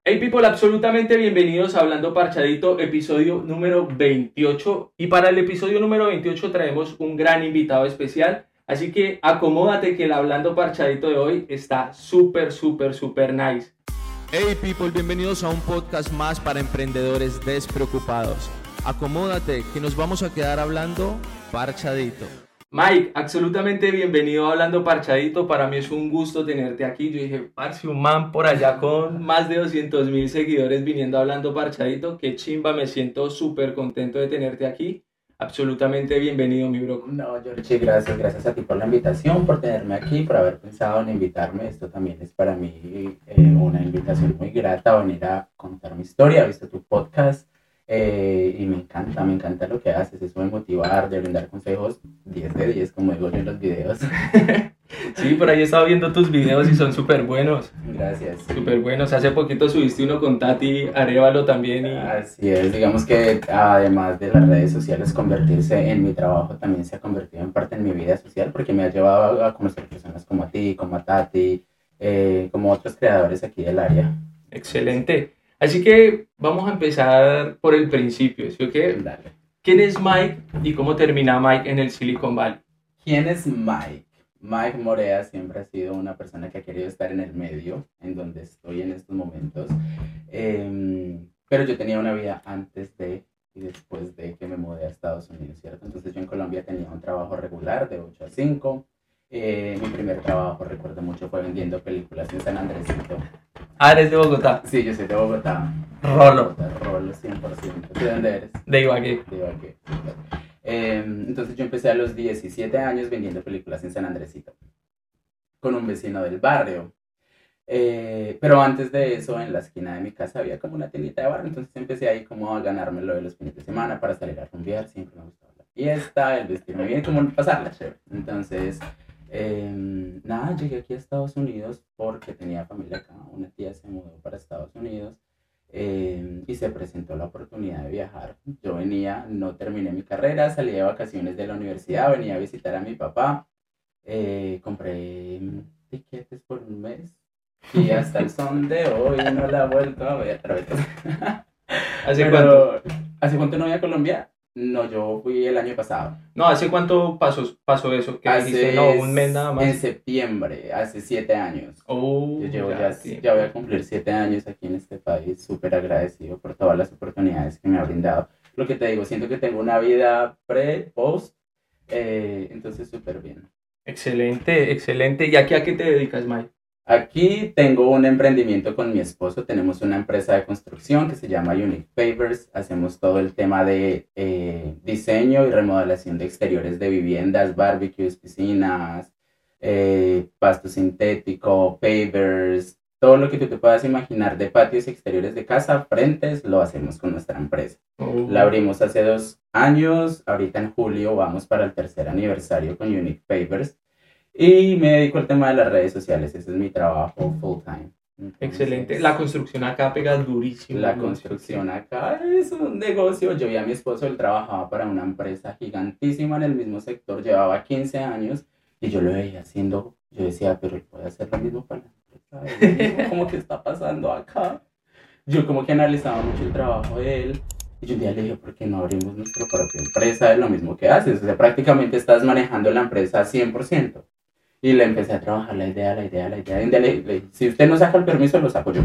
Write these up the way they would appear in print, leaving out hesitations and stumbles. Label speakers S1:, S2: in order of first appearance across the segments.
S1: Hey people, absolutamente bienvenidos a Hablando Parchadito, episodio número 28. Y para el episodio número 28 traemos un gran invitado especial. Así que acomódate que el Hablando Parchadito de hoy está súper nice.
S2: Hey people, bienvenidos a un podcast más para emprendedores despreocupados. Acomódate que nos vamos a quedar hablando parchadito.
S1: Mike, absolutamente bienvenido a Hablando Parchadito. Para mí es un gusto tenerte aquí. Yo dije, parce, un man por allá con más de 200,000 seguidores viniendo a Hablando Parchadito. Qué chimba, me siento súper contento de tenerte aquí. Absolutamente bienvenido, mi bro.
S3: No, Georgie, gracias a ti por la invitación, por tenerme aquí, por haber pensado en invitarme. Esto también es para mí una invitación muy grata, venir a contar mi historia. He visto tu podcast y me encanta lo que haces. Eso de motivar, de brindar consejos, 10 de 10, como digo yo en los videos.
S1: Sí, por ahí he estado viendo tus videos y son súper buenos.
S3: Gracias.
S1: Súper buenos. Hace poquito subiste uno con Tati Arévalo también.
S3: Así es, digamos que además de las redes sociales, convertirse en mi trabajo también se ha convertido en parte en mi vida social porque me ha llevado a conocer personas como a ti, como a Tati, como otros creadores aquí del área.
S1: Excelente. Así que vamos a empezar por el principio, ¿sí o qué?
S3: Dale.
S1: ¿Quién es Mike y cómo termina Mike en el Silicon Valley?
S3: ¿Quién es Mike? Mike Morea siempre ha sido una persona que ha querido estar en el medio, en donde estoy en estos momentos. Pero yo tenía una vida antes de y después de que me mudé a Estados Unidos, ¿cierto? Entonces yo en Colombia tenía un trabajo regular de 8 a 5. Mi primer trabajo, recuerdo mucho, fue vendiendo películas en San Andresito.
S1: Ah, eres de Bogotá.
S3: Sí, yo soy de Bogotá.
S1: Rolo.
S3: Rolo 100%. ¿De dónde eres?
S1: De Ibagué.
S3: De Ibagué. Entonces yo empecé a los 17 años vendiendo películas en San Andresito con un vecino del barrio. Pero antes de eso, en la esquina de mi casa había como una tiendita de barrio, entonces empecé ahí como a ganármelo de los fines de semana para salir a rumbear. Siempre me gustaba la fiesta, el vestirme bien, como pasarla chévere. Entonces, nada, llegué aquí a Estados Unidos porque tenía familia acá. Una tía se mudó para Estados Unidos. Y se presentó la oportunidad de viajar. Yo venía, no terminé mi carrera, salí de vacaciones de la universidad, venía a visitar a mi papá, compré tiquetes por un mes y hasta el son de hoy no la he vuelto a ver.
S1: ¿Hace cuánto?
S3: ¿Hace cuánto no voy a Colombia? No, yo fui el año pasado.
S1: No, ¿hace cuánto pasó eso? Que dijiste, no, un mes nada más.
S3: En septiembre, hace 7 años.
S1: Oh,
S3: Yo llevo ya voy a cumplir 7 años aquí en este país, súper agradecido por todas las oportunidades que me ha brindado. Lo que te digo, siento que tengo una vida post, entonces súper bien.
S1: Excelente. ¿Y aquí a qué te dedicas, Mike?
S3: Aquí tengo un emprendimiento con mi esposo, tenemos una empresa de construcción que se llama Unique Pavers, hacemos todo el tema de diseño y remodelación de exteriores de viviendas, barbecues, piscinas, pasto sintético, pavers, todo lo que tú te puedas imaginar de patios exteriores de casa, frentes, lo hacemos con nuestra empresa. La abrimos hace 2 años, ahorita en julio vamos para el 3er aniversario con Unique Pavers. Y me dedico al tema de las redes sociales, ese es mi trabajo full time. Entonces,
S1: excelente. La construcción acá pega durísimo.
S3: La construcción acá es un negocio. Yo vi a mi esposo, él trabajaba para una empresa gigantísima en el mismo sector, llevaba 15 años y yo lo veía haciendo, yo decía, pero él puede hacer lo mismo para la empresa. ¿Cómo que está pasando acá? Yo como que analizaba mucho el trabajo de él. Y yo un día le dije, ¿por qué no abrimos nuestra propia empresa de lo mismo que haces? O sea, prácticamente estás manejando la empresa 100%. Y le empecé a trabajar la idea. Y le dije, si usted no saca el permiso, lo saco yo.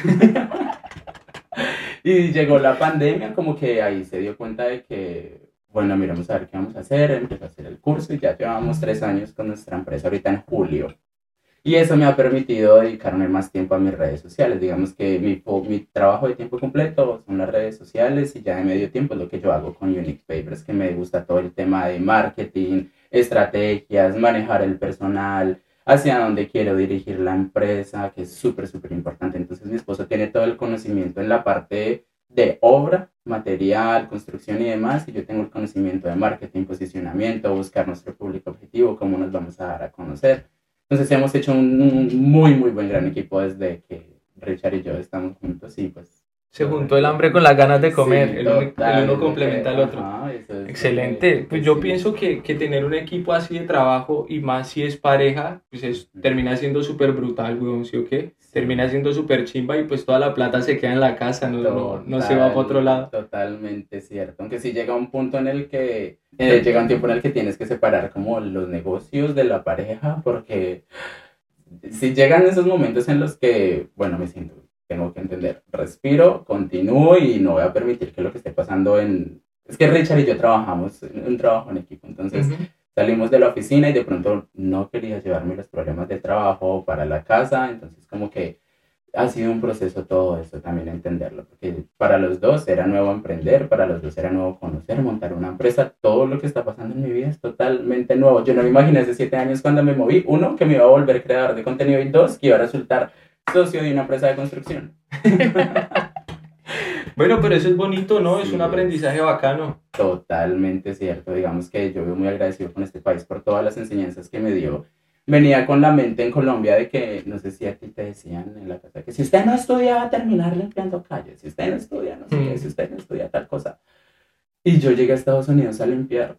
S3: Y llegó la pandemia, como que ahí se dio cuenta de que, bueno, miramos a ver qué vamos a hacer. Empezó a hacer el curso y ya llevamos 3 años con nuestra empresa ahorita en julio. Y eso me ha permitido dedicarme más tiempo a mis redes sociales. Digamos que mi trabajo de tiempo completo son las redes sociales y ya de medio tiempo es lo que yo hago con Unique Papers, que me gusta todo el tema de marketing, estrategias, manejar el personal, hacia dónde quiero dirigir la empresa, que es súper importante. Entonces mi esposo tiene todo el conocimiento en la parte de obra, material, construcción y demás, y yo tengo el conocimiento de marketing, posicionamiento, buscar nuestro público objetivo, cómo nos vamos a dar a conocer. Entonces hemos hecho un muy buen gran equipo desde que Richard y yo estamos juntos y pues
S1: Se juntó el hambre con las ganas de comer,
S3: Sí,
S1: el
S3: total,
S1: uno complementa al otro.
S3: ajá, eso es
S1: Excelente. Pues yo
S3: sí.
S1: pienso que tener un equipo así de trabajo y más si es pareja, pues termina siendo súper brutal, weón, ¿sí o qué?
S3: Sí.
S1: Termina siendo súper chimba y pues toda la plata se queda en la casa, no se va para otro lado.
S3: Totalmente cierto. Aunque sí llega un punto en el que, llega un tiempo en el que tienes que separar como los negocios de la pareja, porque si llegan esos momentos en los que, bueno, me siento, tengo que entender, respiro, continúo y no voy a permitir que lo que esté pasando en... Es que Richard y yo trabajamos en un trabajo en equipo, entonces salimos de la oficina y de pronto no quería llevarme los problemas del trabajo para la casa, entonces como que ha sido un proceso todo eso también entenderlo, porque para los dos era nuevo emprender, para los dos era nuevo conocer, montar una empresa, todo lo que está pasando en mi vida es totalmente nuevo. Yo no me imaginé hace 7 años cuando me moví, uno, que me iba a volver creador de contenido y dos, que iba a resultar socio de una empresa de construcción.
S1: Bueno, pero eso es bonito, ¿no?
S3: Sí,
S1: es un aprendizaje bacano.
S3: Totalmente cierto, digamos que yo vivo muy agradecido con este país por todas las enseñanzas que me dio. Venía con la mente en Colombia de que, no sé si a ti te decían en la casa, que si usted no estudia va a terminar limpiando calles, si usted no estudia, no sé qué, si usted no estudia tal cosa. Y yo llegué a Estados Unidos a limpiar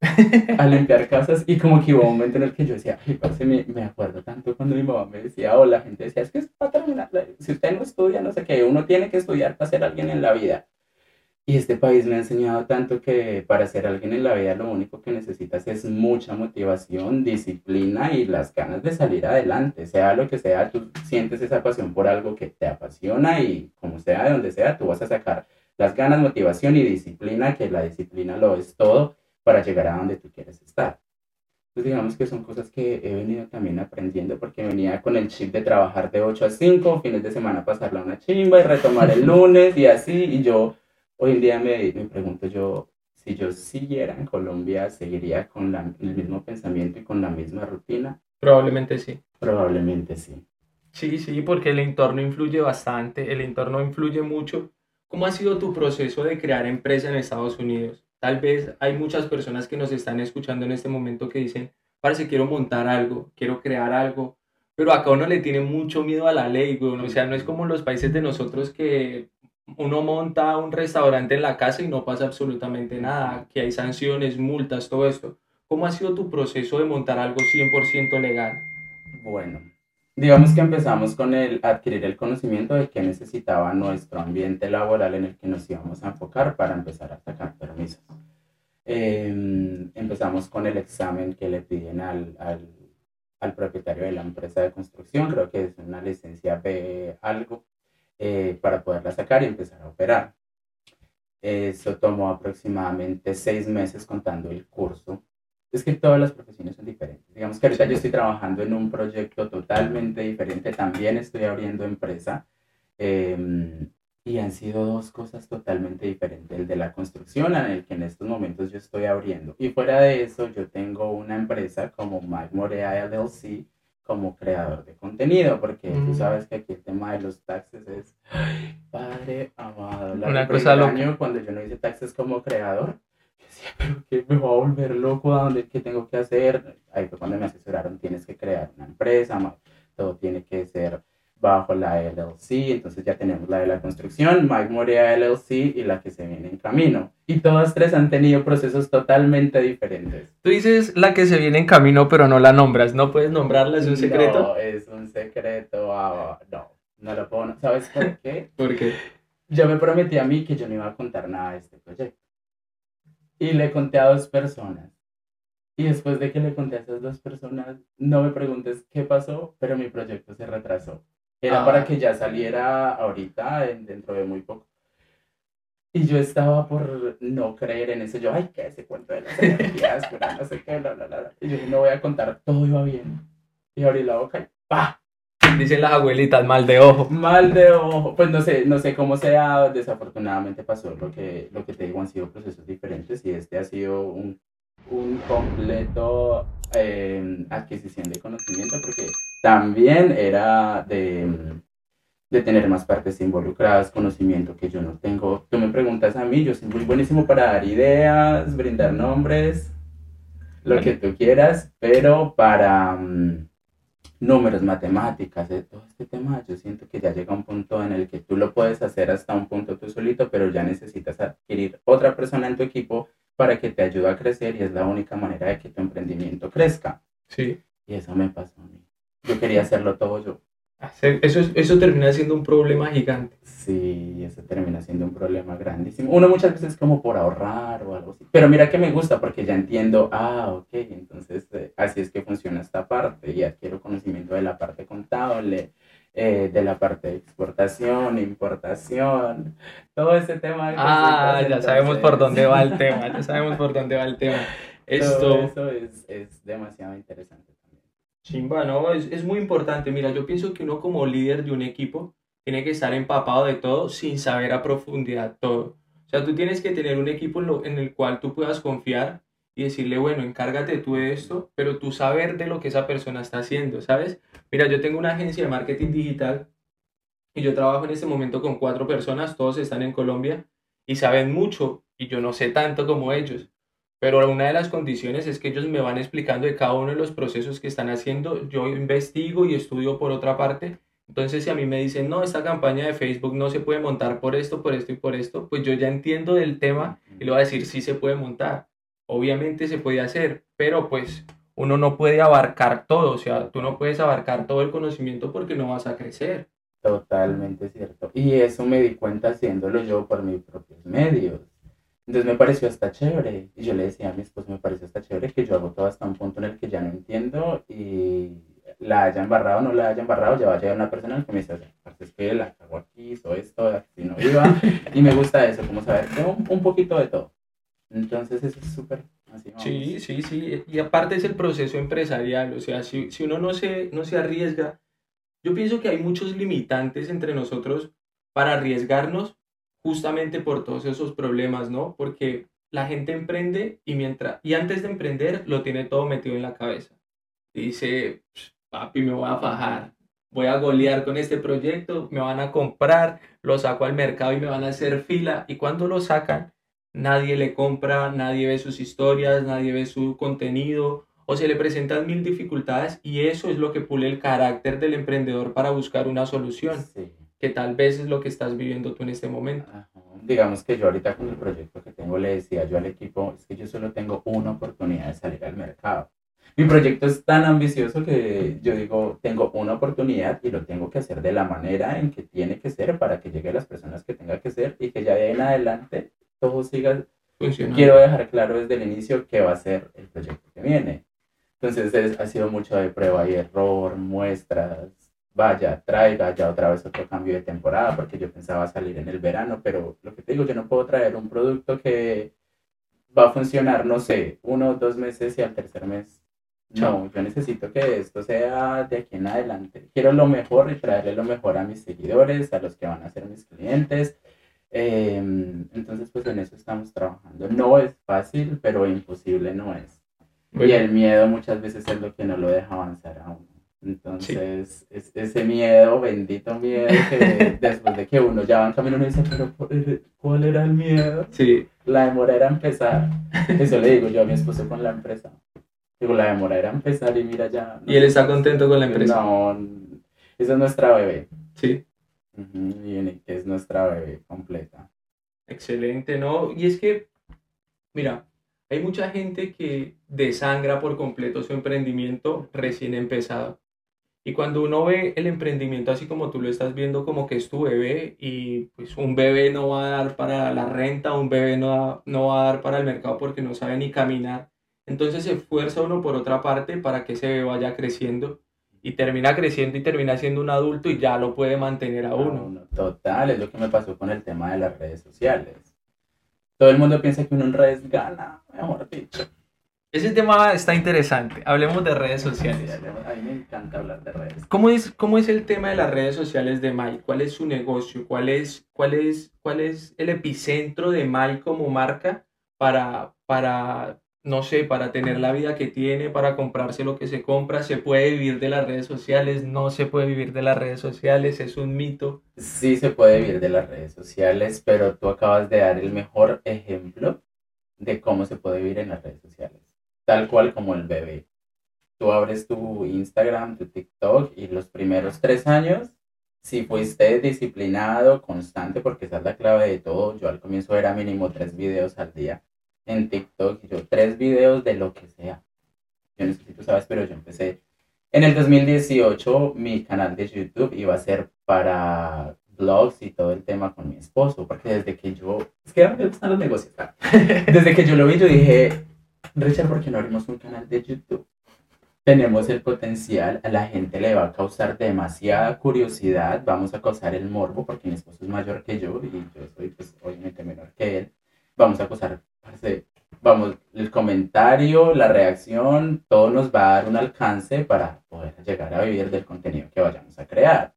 S3: casas y como que hubo un momento en el que yo decía, ay, parce, me acuerdo tanto cuando mi mamá me decía, o la gente decía, es que es para terminar, si usted no estudia, no sé qué, uno tiene que estudiar para ser alguien en la vida. Y este país me ha enseñado tanto que para ser alguien en la vida lo único que necesitas es mucha motivación, disciplina y las ganas de salir adelante. Sea lo que sea, tú sientes esa pasión por algo que te apasiona y como sea, de donde sea, tú vas a sacar las ganas, motivación y disciplina, que la disciplina lo es todo para llegar a donde tú quieres estar. Pues digamos que son cosas que he venido también aprendiendo porque venía con el chip de trabajar de 8 a 5, fines de semana pasarla una chimba y retomar el lunes y así, y yo... Hoy en día me pregunto yo, si yo siguiera en Colombia, ¿seguiría con el mismo pensamiento y con la misma rutina?
S1: Probablemente sí.
S3: Probablemente sí.
S1: Sí, porque el entorno influye bastante, el entorno influye mucho. ¿Cómo ha sido tu proceso de crear empresa en Estados Unidos? Tal vez hay muchas personas que nos están escuchando en este momento que dicen, parce, quiero montar algo, quiero crear algo, pero acá uno le tiene mucho miedo a la ley, güey. O sea, no es como en los países de nosotros que uno monta un restaurante en la casa y no pasa absolutamente nada, que hay sanciones, multas, todo esto. ¿Cómo ha sido tu proceso de montar algo 100% legal?
S3: Bueno, digamos que empezamos con el adquirir el conocimiento de qué necesitaba nuestro ambiente laboral en el que nos íbamos a enfocar para empezar a sacar permisos. Empezamos con el examen que le piden al propietario de la empresa de construcción, creo que es una licencia B algo, para poderla sacar y empezar a operar. Eso tomó aproximadamente 6 meses contando el curso. Es que todas las profesiones son diferentes. Digamos que ahorita yo estoy trabajando en un proyecto totalmente diferente, también estoy abriendo empresa, y han sido dos cosas totalmente diferentes. El de la construcción, en el que en estos momentos yo estoy abriendo. Y fuera de eso, yo tengo una empresa como Mike Morea LLC, como creador de contenido, porque tú sabes que aquí el tema de los taxes es, ay, padre amado,
S1: Una cosa loca.
S3: año cuando yo no hice taxes como creador, yo decía, pero que me voy a volver loco, ¿a dónde, qué tengo que hacer? Ahí fue cuando me asesoraron, tienes que crear una empresa, todo tiene que ser bajo la LLC, entonces ya tenemos la de la construcción, Mike Morea LLC y la que se viene en camino. Y todas tres han tenido procesos totalmente diferentes.
S1: Tú dices la que se viene en camino, pero no la nombras. ¿No puedes nombrarla? ¿Es un secreto?
S3: No, es un secreto. No lo puedo. ¿Sabes por qué?
S1: ¿Por qué?
S3: Yo me prometí a mí que yo no iba a contar nada de este proyecto. Y le conté a 2 personas. Y después de que le conté a esas 2 personas, no me preguntes qué pasó, pero mi proyecto se retrasó. Era para que ya saliera ahorita, dentro de muy poco. Y yo estaba por no creer en eso. Yo, ay, ¿qué ese cuento de las energías? No sé qué, bla, bla, bla. Y yo no voy a contar, todo iba bien. Y abrí la boca y ¡pah!
S1: Dicen las abuelitas, mal de ojo.
S3: Mal de ojo. Pues no sé cómo sea. Desafortunadamente pasó lo que te digo, han sido procesos diferentes y este ha sido un completo adquisición de conocimiento, porque también era de tener más partes involucradas, conocimiento que yo no tengo. Tú me preguntas a mí, yo soy muy buenísimo para dar ideas, brindar nombres, lo que tú quieras, pero números, matemáticas, todo este tema, yo siento que ya llega un punto en el que tú lo puedes hacer hasta un punto tú solito, pero ya necesitas adquirir otra persona en tu equipo para que te ayude a crecer y es la única manera de que tu emprendimiento crezca.
S1: Sí.
S3: Y eso me pasó a mí. Yo quería hacerlo todo yo.
S1: Eso termina siendo un problema gigante.
S3: Sí, eso termina siendo un problema grandísimo. Uno muchas veces como por ahorrar o algo así. Pero mira que me gusta porque ya entiendo, ok, entonces así es que funciona esta parte y adquiero conocimiento de la parte contable, de la parte de exportación, importación, todo ese tema de cositas.
S1: Ya sabemos por
S3: Entonces,
S1: dónde va el tema, ya sabemos por dónde va el tema.
S3: todo
S1: Esto,
S3: eso es demasiado interesante también.
S1: chimba, ¿no? Es muy importante. Mira, yo pienso que uno como líder de un equipo tiene que estar empapado de todo sin saber a profundidad todo. O sea, tú tienes que tener un equipo en el cual tú puedas confiar y decirle, bueno, encárgate tú de esto, pero tú saber de lo que esa persona está haciendo, ¿sabes? Mira, yo tengo una agencia de marketing digital y yo trabajo en este momento con 4 personas, todos están en Colombia y saben mucho y yo no sé tanto como ellos. Pero una de las condiciones es que ellos me van explicando de cada uno de los procesos que están haciendo. Yo investigo y estudio por otra parte. Entonces, si a mí me dicen, no, esta campaña de Facebook no se puede montar por esto y por esto, pues yo ya entiendo del tema y le voy a decir, sí se puede montar. Obviamente se puede hacer, pero pues uno no puede abarcar todo. O sea, tú no puedes abarcar todo el conocimiento porque no vas a crecer.
S3: Totalmente cierto. Y eso me di cuenta haciéndolo yo por mis propios medios. Entonces me pareció hasta chévere. Y yo le decía a mi esposo, me pareció hasta chévere que yo hago todo hasta un punto en el que ya no entiendo y la haya embarrado o no la haya embarrado, ya va a llegar una persona que me dice, "Parce, es que la cago aquí, hizo esto, aquí no iba". Y me gusta eso, como saber un poquito de todo. Entonces eso es súper, así
S1: Sí,
S3: vamos.
S1: sí, sí. Y aparte es el proceso empresarial. O sea, si uno no se arriesga, yo pienso que hay muchos limitantes entre nosotros para arriesgarnos justamente por todos esos problemas, ¿no? Porque la gente emprende y antes de emprender lo tiene todo metido en la cabeza. Dice, papi, me voy a fajar, voy a golear con este proyecto, me van a comprar, lo saco al mercado y me van a hacer fila. Y cuando lo sacan, nadie le compra, nadie ve sus historias, nadie ve su contenido o se le presentan mil dificultades y eso es lo que pule el carácter del emprendedor para buscar una solución,
S3: Sí.
S1: que tal vez es lo que estás viviendo tú en este momento.
S3: Ajá. Digamos que yo ahorita con el proyecto que tengo le decía yo al equipo, es que yo solo tengo una oportunidad de salir al mercado. Mi proyecto es tan ambicioso que yo digo, tengo una oportunidad y lo tengo que hacer de la manera en que tiene que ser para que llegue a las personas que tenga que ser y que ya de ahí en adelante todo siga.
S1: Funcionando.
S3: Quiero dejar claro desde el inicio qué va a ser el proyecto que viene. Entonces ha sido mucho de prueba y error, muestras, vaya, traiga ya otra vez otro cambio de temporada, porque yo pensaba salir en el verano, pero lo que te digo, yo no puedo traer un producto que va a funcionar, no sé, 1 o 2 meses y al tercer mes.
S1: Chao.
S3: No, yo necesito que esto sea de aquí en adelante. Quiero lo mejor y traerle lo mejor a mis seguidores, a los que van a ser mis clientes. Entonces, pues en eso estamos trabajando. No es fácil, pero imposible no es. Y
S1: Bueno,
S3: el miedo muchas veces es lo que no lo deja avanzar a uno.
S1: sí.
S3: Entonces, es ese miedo, bendito miedo, que después de que uno ya va en camino, uno dice, pero ¿cuál era el miedo?
S1: Sí.
S3: La demora era empezar. Eso le digo yo a mi esposo con la empresa. Digo, la demora era empezar y mira ya.
S1: Y él está
S3: Nosotros,
S1: contento con la empresa.
S3: no, esa es nuestra bebé.
S1: Sí.
S3: Y es nuestra bebé completa.
S1: Excelente, ¿no? Y es que, mira, hay mucha gente que desangra por completo su emprendimiento recién empezado. Y cuando uno ve el emprendimiento así como tú lo estás viendo, como que es tu bebé y pues un bebé no va a dar para la renta, un bebé no va a dar para el mercado porque no sabe ni caminar. Entonces se esfuerza uno por otra parte para que ese bebé vaya creciendo y termina creciendo y termina siendo un adulto y ya lo puede mantener a uno.
S3: Total, es lo que me pasó con el tema de las redes sociales. Todo el mundo piensa que uno en redes gana, mejor dicho.
S1: Ese tema está interesante. Hablemos de redes
S3: Sí,
S1: sociales.
S3: a mí me encanta hablar de redes.
S1: ¿Cómo es el tema de las redes sociales de Mike? ¿Cuál es su negocio? ¿Cuál es el epicentro de Mike como marca no sé, para tener la vida que tiene, para comprarse lo que se compra? ¿Se puede vivir de las redes sociales? ¿No se puede vivir de las redes sociales? ¿Es un mito?
S3: Sí se puede vivir de las redes sociales, pero tú acabas de dar el mejor ejemplo de cómo se puede vivir en las redes sociales. Tal cual como el bebé. tú abres tu Instagram, tu TikTok y los primeros 3 años, si fuiste disciplinado, constante, porque esa es la clave de todo. Yo al comienzo era mínimo 3 videos al día en TikTok y yo 3 videos de lo que sea. Yo no sé si tú sabes, pero yo empecé en el 2018, mi canal de YouTube iba a ser para vlogs y todo el tema con mi esposo, porque desde que yo, es que a mí me gustan los negocios, ¿verdad? Desde que yo lo vi, yo dije, Richard, ¿por qué no abrimos un canal de YouTube? Tenemos el potencial, a la gente le va a causar demasiada curiosidad, vamos a causar el morbo, porque mi esposo es mayor que yo y yo soy pues obviamente menor que él, vamos a causar, vamos, el comentario, la reacción, todo nos va a dar un alcance para poder llegar a vivir del contenido que vayamos a crear.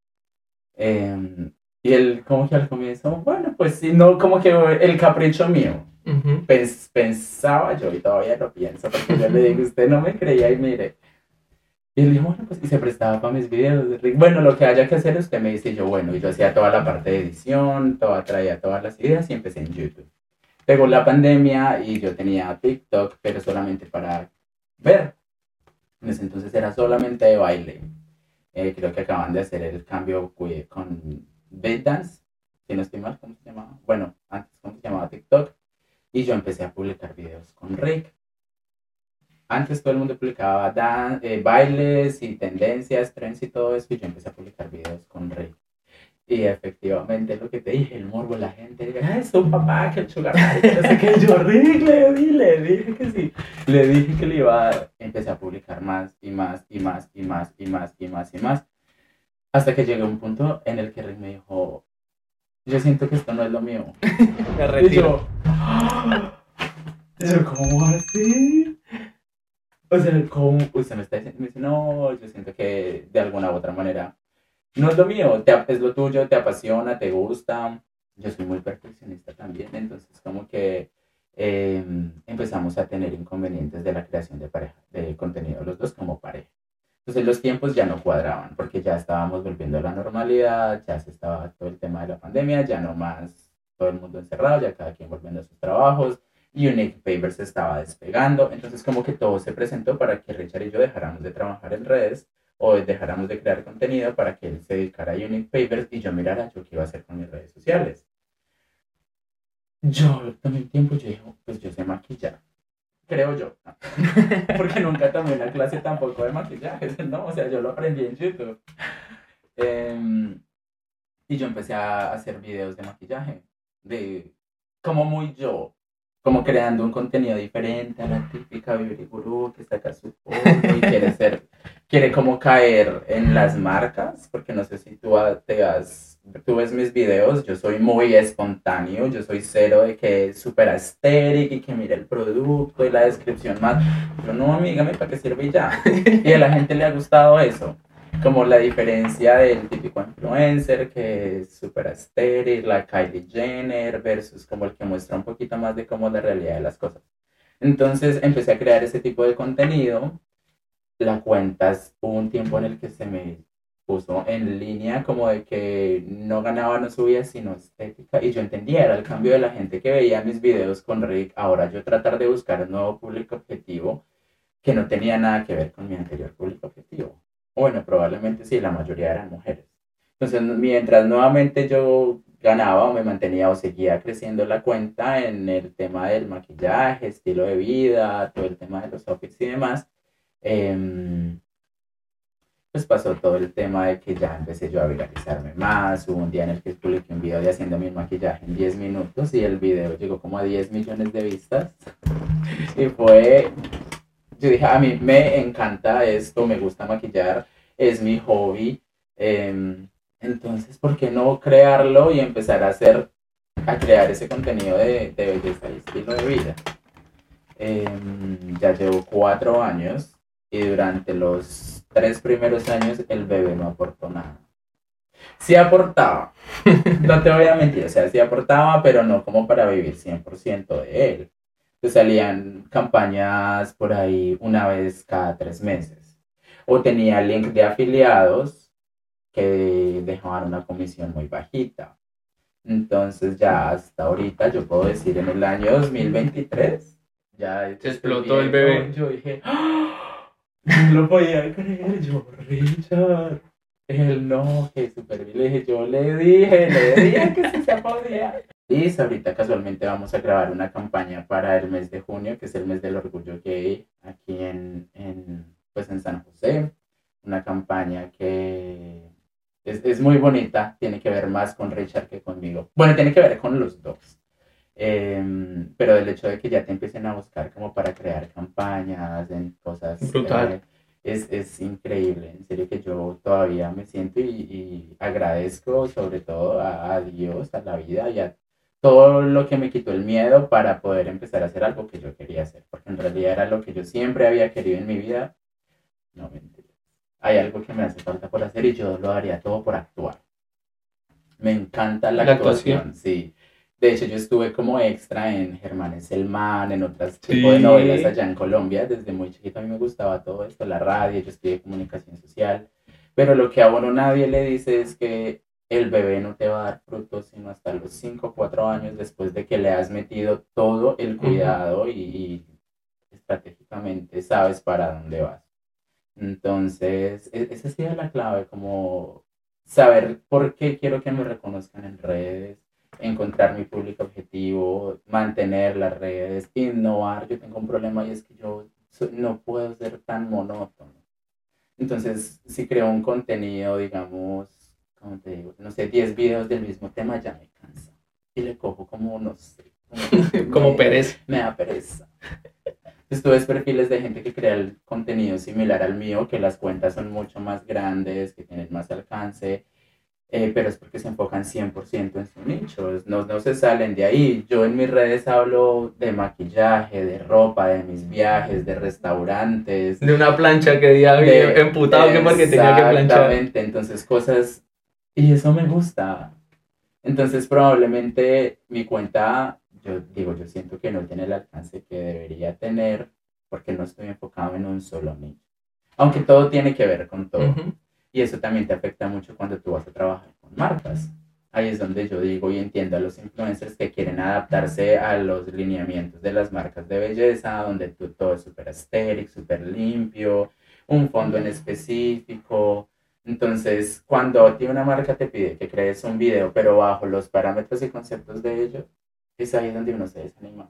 S3: Y él como que al comienzo, bueno, pues sí, no, como que el capricho mío. Pensaba yo y todavía lo pienso, porque yo le digo, usted no me creía y mire. Y él dijo, bueno, pues y se prestaba para mis videos. Bueno, lo que haya que hacer usted me dice, y yo, bueno, y yo hacía toda la parte de edición, traía todas las ideas y empecé en YouTube. Pegó la pandemia y yo tenía TikTok, pero solamente para ver. En ese entonces era solamente de baile. Creo que acaban de hacer el cambio con ByteDance, si no estoy mal, ¿cómo se llamaba? Bueno, antes, ¿cómo se llamaba TikTok? Y yo empecé a publicar videos con Rick. Antes todo el mundo publicaba bailes y tendencias, trends y todo eso, y yo empecé a publicar videos con Rick. Y efectivamente lo que te dije, el morbo, la gente dice, es un papá, que el sugar daddy, no sé qué, yo Rick, le dije que sí, le dije que le iba a, empecé a publicar más y más y más y más y más y más y más, hasta que llegué a un punto en el que Rick me dijo, yo siento que esto no es lo mío.
S1: Me retiro.
S3: Y yo, ¿cómo así? O sea, ¿cómo? Usted me está diciendo, me dice, no, yo siento que de alguna u otra manera no es lo mío, es lo tuyo, te apasiona, te gusta. Yo soy muy perfeccionista también, entonces como que empezamos a tener inconvenientes de la creación de pareja, de contenido, los dos como pareja. Entonces los tiempos ya no cuadraban, porque ya estábamos volviendo a la normalidad, ya se estaba todo el tema de la pandemia, ya no más todo el mundo encerrado, ya cada quien volviendo a sus trabajos. Unique Papers se estaba despegando, entonces como que todo se presentó para que Richard y yo dejáramos de trabajar en redes o dejáramos de crear contenido para que él se dedicara a Unique Papers y yo mirara yo qué iba a hacer con mis redes sociales. Yo tomé un tiempo y yo dije, pues yo sé maquillar, creo yo, ¿no? Porque nunca tomé una clase tampoco de maquillaje, ¿no? O sea, yo lo aprendí en YouTube. Y yo empecé a hacer videos de maquillaje, como muy yo, como creando un contenido diferente a la típica beauty guru que saca su foto y quiere como caer en las marcas, porque no sé si tú ves mis videos, yo soy muy espontáneo, yo soy cero de que es súper aesthetic y que mire el producto y la descripción más, pero no, amiga, ¿para qué sirve ya? Y a la gente le ha gustado eso. Como la diferencia del típico influencer que es súper aesthetic, la Kylie Jenner, versus como el que muestra un poquito más de cómo es la realidad de las cosas. Entonces empecé a crear ese tipo de contenido. La cuenta hubo un tiempo en el que se me puso en línea como de que no ganaba, no subía, sino estética. Y yo entendía, era el cambio de la gente que veía mis videos con Rick. Ahora yo tratar de buscar un nuevo público objetivo que no tenía nada que ver con mi anterior público objetivo. Bueno, probablemente sí, la mayoría eran mujeres. Entonces, mientras nuevamente yo ganaba o me mantenía o seguía creciendo la cuenta en el tema del maquillaje, estilo de vida, todo el tema de los outfits y demás, pues pasó todo el tema de que ya empecé yo a viralizarme más. Hubo un día en el que publiqué un video de haciéndome un maquillaje en 10 minutos y el video llegó como a 10 millones de vistas. Y yo dije, a mí me encanta esto, me gusta maquillar, es mi hobby. Entonces, ¿por qué no crearlo y empezar a crear ese contenido de belleza y estilo de vida? Ya llevo 4 años y durante los 3 primeros años el bebé no aportó nada. Sí aportaba, no te voy a mentir, o sea, sí aportaba, pero no como para vivir 100% de él. Entonces salían campañas por ahí una vez cada 3 meses. O tenía link de afiliados que dejaban una comisión muy bajita. Entonces ya hasta ahorita, yo puedo decir en el año 2023, ya
S1: se explotó el bebé.
S3: Yo dije, ¡oh! No lo podía creer, yo, Richard. Él no, que súper bien. Le dije, yo le dije que sí se podía. Y ahorita casualmente vamos a grabar una campaña para el mes de junio, que es el mes del orgullo gay, aquí pues en San José. Una campaña que es muy bonita, tiene que ver más con Richard que conmigo. Bueno, tiene que ver con los dos. Pero del hecho de que ya te empiecen a buscar como para crear campañas en cosas,
S1: Brutal.
S3: es increíble. En serio que yo todavía me siento y agradezco sobre todo a Dios, a la vida y a todo lo que me quitó el miedo para poder empezar a hacer algo que yo quería hacer, porque en realidad era lo que yo siempre había querido en mi vida. No, mentira. Hay algo que me hace falta por hacer y yo lo haría todo por actuar. Me encanta la
S1: La actuación.
S3: actuación, sí. De hecho, yo estuve como extra en Germán es el man, en otros tipos de
S1: Sí.
S3: novelas allá en Colombia. Desde muy chiquito a mí me gustaba todo esto, la radio, yo estudié comunicación social. Pero lo que a uno nadie le dice es que el bebé no te va a dar frutos sino hasta los 5 o 4 años después de que le has metido todo el cuidado y estratégicamente sabes para dónde vas. Entonces, esa ha sido la clave, como saber por qué quiero que me reconozcan en redes, encontrar mi público objetivo, mantener las redes, innovar. Yo tengo un problema y es que yo no puedo ser tan monótono. Entonces, si creo un contenido, digamos, como te digo, no sé, 10 videos del mismo tema, ya me cansa. Y le cojo como, no sé,
S1: Como pereza.
S3: me da pereza. Tú ves perfiles de gente que crea el contenido similar al mío, que las cuentas son mucho más grandes, que tienen más alcance, pero es porque se enfocan 100% en su nicho, no se salen de ahí. Yo en mis redes hablo de maquillaje, de ropa, de mis viajes, de restaurantes.
S1: De una plancha que día emputado que porque tenía que planchar.
S3: Exactamente, entonces cosas, y eso me gusta. Entonces probablemente mi cuenta, yo siento que no tiene el alcance que debería tener porque no estoy enfocado en un solo nicho. Aunque todo tiene que ver con todo.
S1: Ujú.
S3: Y eso también te afecta mucho cuando tú vas a trabajar con marcas. Ahí es donde yo digo y entiendo a los influencers que quieren adaptarse a los lineamientos de las marcas de belleza, donde todo es súper estéril, súper limpio, un fondo en específico. Entonces, cuando a ti una marca te pide que crees un video, pero bajo los parámetros y conceptos de ello, es ahí donde uno se desanima.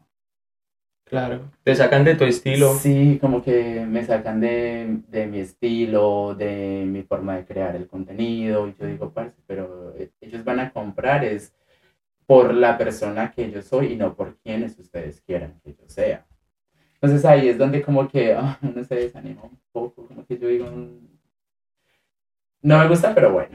S1: Claro. Te sacan de tu estilo.
S3: Sí, como que me sacan de mi estilo, de mi forma de crear el contenido. Y yo digo, parce, pero ellos van a comprar es por la persona que yo soy y no por quienes ustedes quieran que yo sea. Entonces ahí es donde como que uno se desanima un poco, como que yo digo, no me gusta, pero bueno.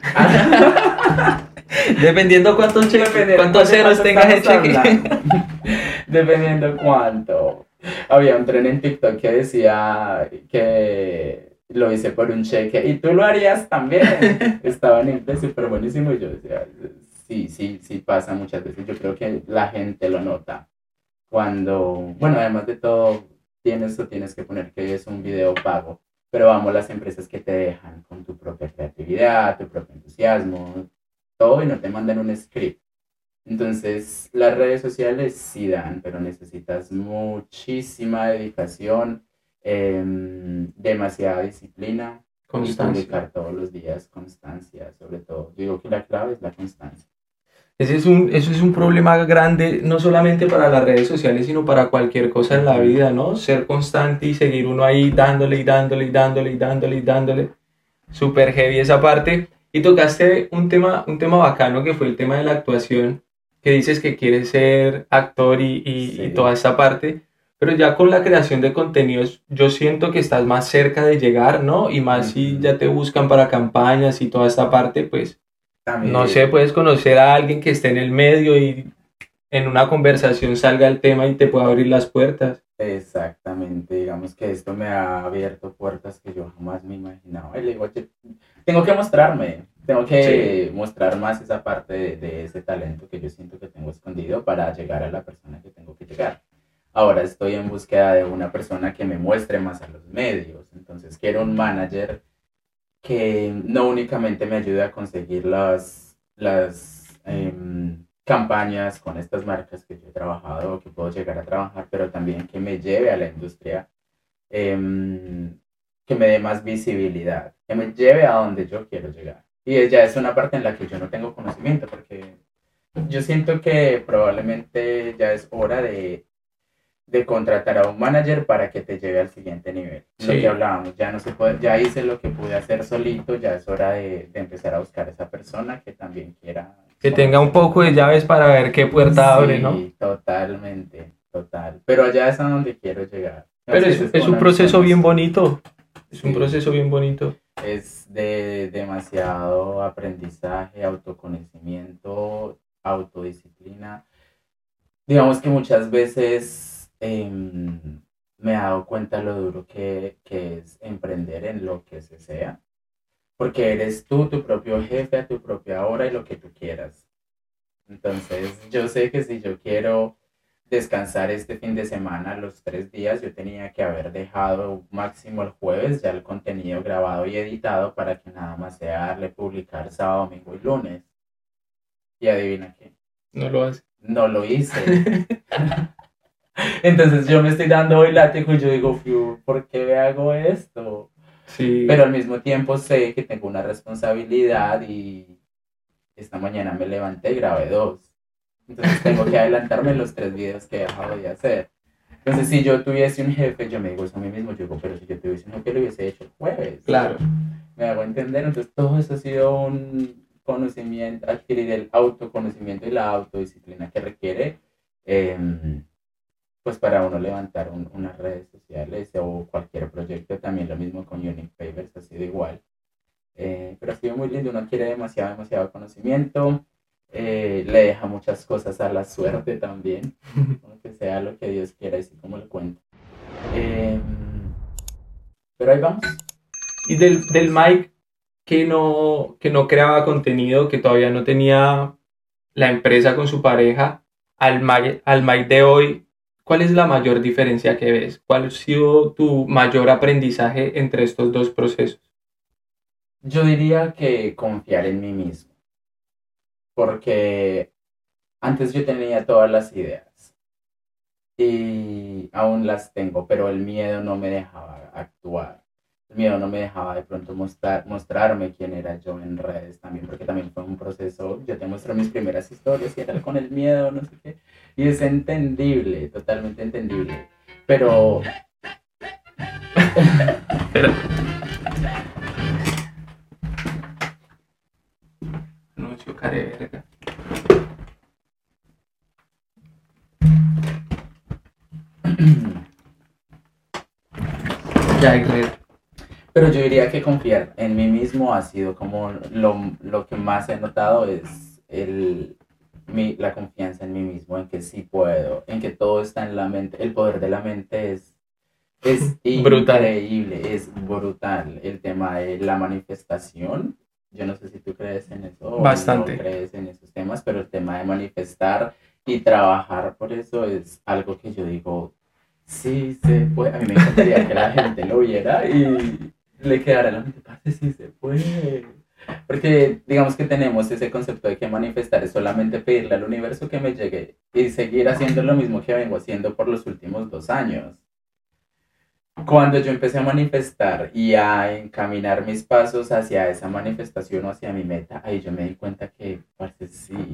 S1: Dependiendo cuántos ceros tengas el cheque.
S3: Dependiendo cuánto. Había un tren en TikTok que decía que lo hice por un cheque y tú lo harías también. Estaba en inglés súper buenísimo y yo decía, sí pasa muchas veces. Yo creo que la gente lo nota cuando, bueno, además de todo, tienes que poner que es un video pago. Pero vamos, las empresas que te dejan con tu propia creatividad, tu propio entusiasmo, todo y no te mandan un script. Entonces, las redes sociales sí dan, pero necesitas muchísima dedicación, demasiada disciplina y
S1: Constancia.
S3: publicar todos los días, constancia, sobre todo. Yo digo que la clave es la constancia.
S1: Eso es un problema grande, no solamente para las redes sociales, sino para cualquier cosa en la vida, ¿no? Ser constante y seguir uno ahí dándole y dándole y dándole y dándole y dándole. Súper heavy esa parte. Y tocaste un tema bacano que fue el tema de la actuación, que dices que quieres ser actor y
S3: Sí.
S1: toda esta parte. Pero ya con la creación de contenidos, yo siento que estás más cerca de llegar, ¿no? Y más si
S3: Ujú.
S1: ya te buscan para campañas y toda esta parte, pues
S3: También,
S1: no sé, puedes conocer a alguien que esté en el medio y en una conversación salga el tema y te pueda abrir las puertas.
S3: exactamente, digamos que esto me ha abierto puertas que yo jamás me imaginaba. Y le digo, "Oye, tengo que mostrarme, tengo que mostrar más esa parte de ese talento que yo siento que tengo escondido para llegar a la persona que tengo que llegar. Ahora estoy en búsqueda de una persona que me muestre más a los medios, entonces quiero un manager que no únicamente me ayude a conseguir las campañas con estas marcas que yo he trabajado o que puedo llegar a trabajar, pero también que me lleve a la industria que me dé más visibilidad, que me lleve a donde yo quiero llegar. Y ya es una parte en la que yo no tengo conocimiento, porque yo siento que probablemente ya es hora de contratar a un manager para que te lleve al siguiente nivel. Lo
S1: Sí.
S3: que hablábamos, ya no se puede, ya hice lo que pude hacer solito, ya es hora de empezar a buscar a esa persona que también quiera
S1: Que tenga un
S3: conocer.
S1: poco de llaves para ver qué puerta abre, ¿no?
S3: Sí, totalmente, total. Pero allá es a donde quiero llegar.
S1: Pero
S3: Ese
S1: es
S3: uno
S1: un
S3: de mis
S1: proceso bien
S3: sueños.
S1: bonito. Es un
S3: Sí.
S1: proceso bien bonito.
S3: Es de demasiado aprendizaje, autoconocimiento, autodisciplina. Digamos que muchas veces me he dado cuenta lo duro que es emprender en lo que se sea, porque eres tú tu propio jefe a tu propia hora y lo que tú quieras. Entonces, yo sé que si yo quiero descansar este fin de semana, los 3 días, yo tenía que haber dejado máximo el jueves ya el contenido grabado y editado para que nada más sea darle publicar sábado, domingo y lunes. Y adivina qué,
S1: No lo hace.
S3: no lo hice. Entonces yo me estoy dando hoy látigo y yo digo, "Fiu, ¿por qué me hago esto?"
S1: Sí.
S3: Pero al mismo tiempo sé que tengo una responsabilidad y esta mañana me levanté y grabé 2. Entonces tengo que adelantarme los 3 videos que he dejado de hacer. Entonces si yo tuviese un jefe, yo me digo eso a mí mismo, yo digo, pero si yo tuviese un jefe lo hubiese hecho el jueves.
S1: Claro.
S3: Me hago entender, entonces todo eso ha sido un conocimiento, adquirir el autoconocimiento y la autodisciplina que requiere, pues para uno levantar unas redes sociales o cualquier proyecto, también lo mismo con Unique Papers, ha sido igual. Pero ha sido muy lindo, uno adquiere demasiado, demasiado conocimiento, le deja muchas cosas a la suerte también, aunque sea lo que Dios quiera, así como lo cuento. Pero ahí vamos.
S1: Y del Mike que no creaba contenido, que todavía no tenía la empresa con su pareja, al Mike de hoy, ¿cuál es la mayor diferencia que ves? ¿Cuál ha sido tu mayor aprendizaje entre estos dos procesos?
S3: Yo diría que confiar en mí mismo, porque antes yo tenía todas las ideas y aún las tengo, pero el miedo no me dejaba actuar. El miedo no me dejaba de pronto mostrarme quién era yo en redes también, porque también fue un proceso. Yo te muestro mis primeras historias y era con el miedo, no sé qué. Y es entendible, totalmente entendible. Pero
S1: Anuncio care verga. Ya, Red.
S3: Pero yo diría que confiar en mí mismo ha sido como lo que más he notado es la confianza en mí mismo, en que sí puedo, en que todo está en la mente. El poder de la mente es
S1: Brutal.
S3: increíble, es brutal. El tema de la manifestación, yo no sé si tú crees en eso o
S1: Bastante.
S3: no crees en esos temas, pero el tema de manifestar y trabajar por eso es algo que yo digo, sí se puede. A mí me encantaría que la gente lo viera y le quedara en la mente, parce, sí se puede. Porque digamos que tenemos ese concepto de que manifestar es solamente pedirle al universo que me llegue y seguir haciendo lo mismo que vengo haciendo por los últimos 2 años. Cuando yo empecé a manifestar y a encaminar mis pasos hacia esa manifestación o hacia mi meta, ahí yo me di cuenta que, parce,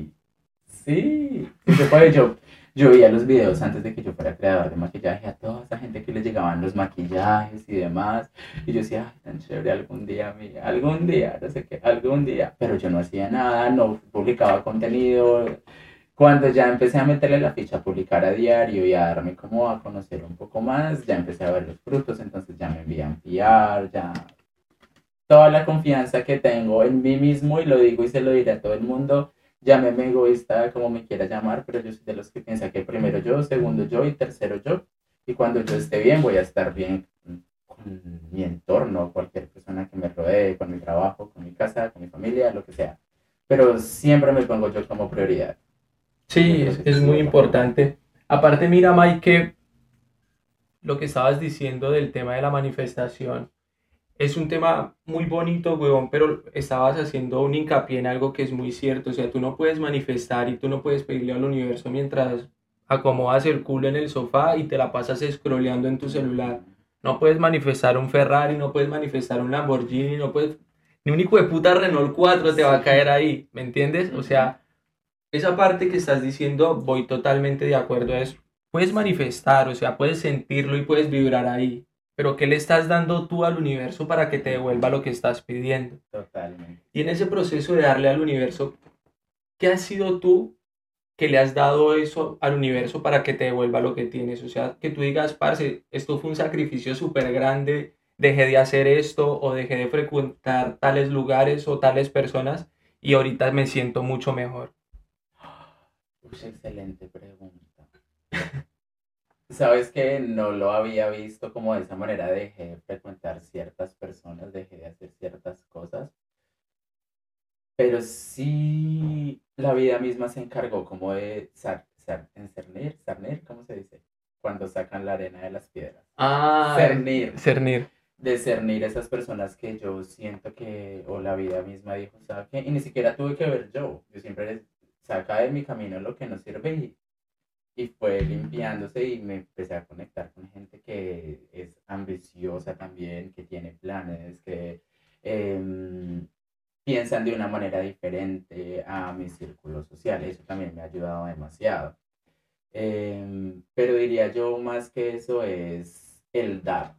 S3: sí se puede. Yo veía los videos antes de que yo fuera creador de maquillaje a toda esa gente que le llegaban los maquillajes y demás. Y yo decía, ay, tan chévere, algún día, no sé qué, algún día. Pero yo no hacía nada, no publicaba contenido. Cuando ya empecé a meterle la ficha a publicar a diario y a darme como a conocer un poco más, ya empecé a ver los frutos, entonces ya me envían PR, ya toda la confianza que tengo en mí mismo, y lo digo y se lo diré a todo el mundo, llámeme egoísta como me quiera llamar, pero yo soy de los que piensa que primero yo, segundo yo y tercero yo, y cuando yo esté bien voy a estar bien con mi entorno, cualquier persona que me rodee, con mi trabajo, con mi casa, con mi familia, lo que sea, pero siempre me pongo yo como prioridad.
S1: Sí, es muy importante. Aparte, mira, Mike, que lo que estabas diciendo del tema de la manifestación es un tema muy bonito, weón, pero estabas haciendo un hincapié en algo que es muy cierto. O sea, tú no puedes manifestar y tú no puedes pedirle al universo mientras acomodas el culo en el sofá y te la pasas scrolleando en tu celular. No puedes manifestar un Ferrari, no puedes manifestar un Lamborghini, no puedes... Ni un hijo de puta Renault 4 te va a caer ahí, ¿me entiendes? O sea, esa parte que estás diciendo, voy totalmente de acuerdo a eso. Puedes manifestar, o sea, puedes sentirlo y puedes vibrar ahí, pero ¿qué le estás dando tú al universo para que te devuelva lo que estás pidiendo?
S3: Totalmente.
S1: Y en ese proceso de darle al universo, ¿qué has sido tú que le has dado eso al universo para que te devuelva lo que tienes? O sea, que tú digas, parce, esto fue un sacrificio súper grande, dejé de hacer esto o dejé de frecuentar tales lugares o tales personas y ahorita me siento mucho mejor.
S3: Excelente pregunta. Sabes que no lo había visto como de esa manera, dejé de frecuentar ciertas personas, dejé de hacer ciertas cosas, pero sí la vida misma se encargó como de cernir, ¿cómo se dice? Cuando sacan la arena de las piedras.
S1: Cernir.
S3: De cernir esas personas que yo siento que, o la vida misma dijo, ¿sabes qué? Y ni siquiera tuve que ver yo siempre saca de mi camino lo que no sirve y fue limpiándose y me empecé a conectar con gente que es ambiciosa también, que tiene planes, que piensan de una manera diferente a mi círculo social. Eso también me ha ayudado demasiado. Pero diría yo más que eso es el dar.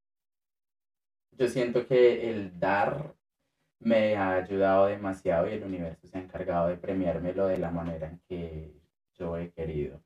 S3: Yo siento que el dar me ha ayudado demasiado y el universo se ha encargado de premiármelo de la manera en que yo he querido.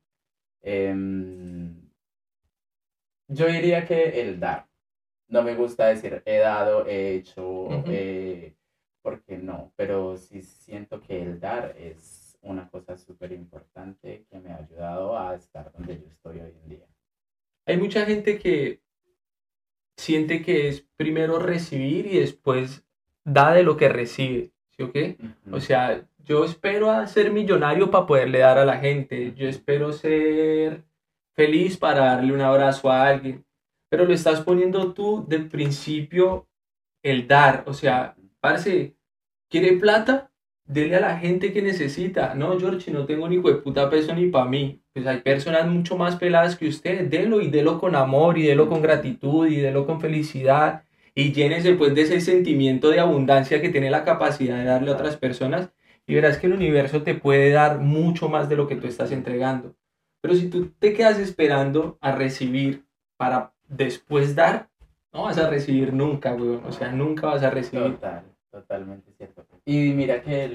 S3: Yo diría que el dar. No me gusta decir he dado, he hecho, porque no, pero sí siento que el dar es una cosa súper importante que me ha ayudado a estar donde yo estoy hoy en día.
S1: Hay mucha gente que siente que es primero recibir y después da de lo que recibe, ¿sí o qué? O sea, yo espero a ser millonario para poderle dar a la gente, yo espero ser feliz para darle un abrazo a alguien, pero lo estás poniendo tú del principio el dar, o sea, parce, ¿quiere plata? Dele a la gente que necesita. No, George, no tengo ni puta peso ni para mí. Pues hay personas mucho más peladas que usted. Delo y delo con amor y delo con gratitud y delo con felicidad. Y llénese pues de ese sentimiento de abundancia que tiene la capacidad de darle a otras personas. Y verás que el universo te puede dar mucho más de lo que tú estás entregando. Pero si tú te quedas esperando a recibir para después dar, no vas a recibir nunca, weón. O sea, nunca vas a recibir.
S3: Totalmente cierto. Y mira que